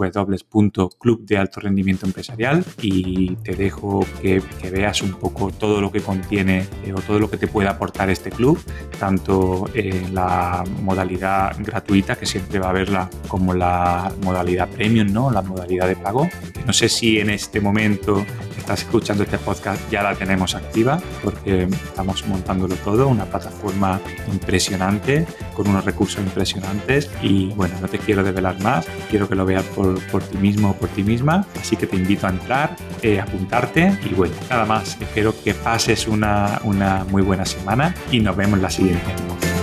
www.clubdealtorendimientoempresarial y te dejo que veas un poco todo lo que contiene o todo lo que te puede aportar este club, tanto en la modalidad gratuita, que siempre va a haberla, como la modalidad premium, ¿no? La modalidad de pago. No sé si en este momento estás escuchando este podcast ya la tenemos activa porque estamos montándolo todo, una plataforma impresionante con unos recursos impresionantes y bueno, no te quiero desvelar más, quiero que lo veas por ti mismo o por ti misma, así que te invito a entrar, apuntarte y bueno, nada más, espero que pases una muy buena semana y nos vemos la siguiente.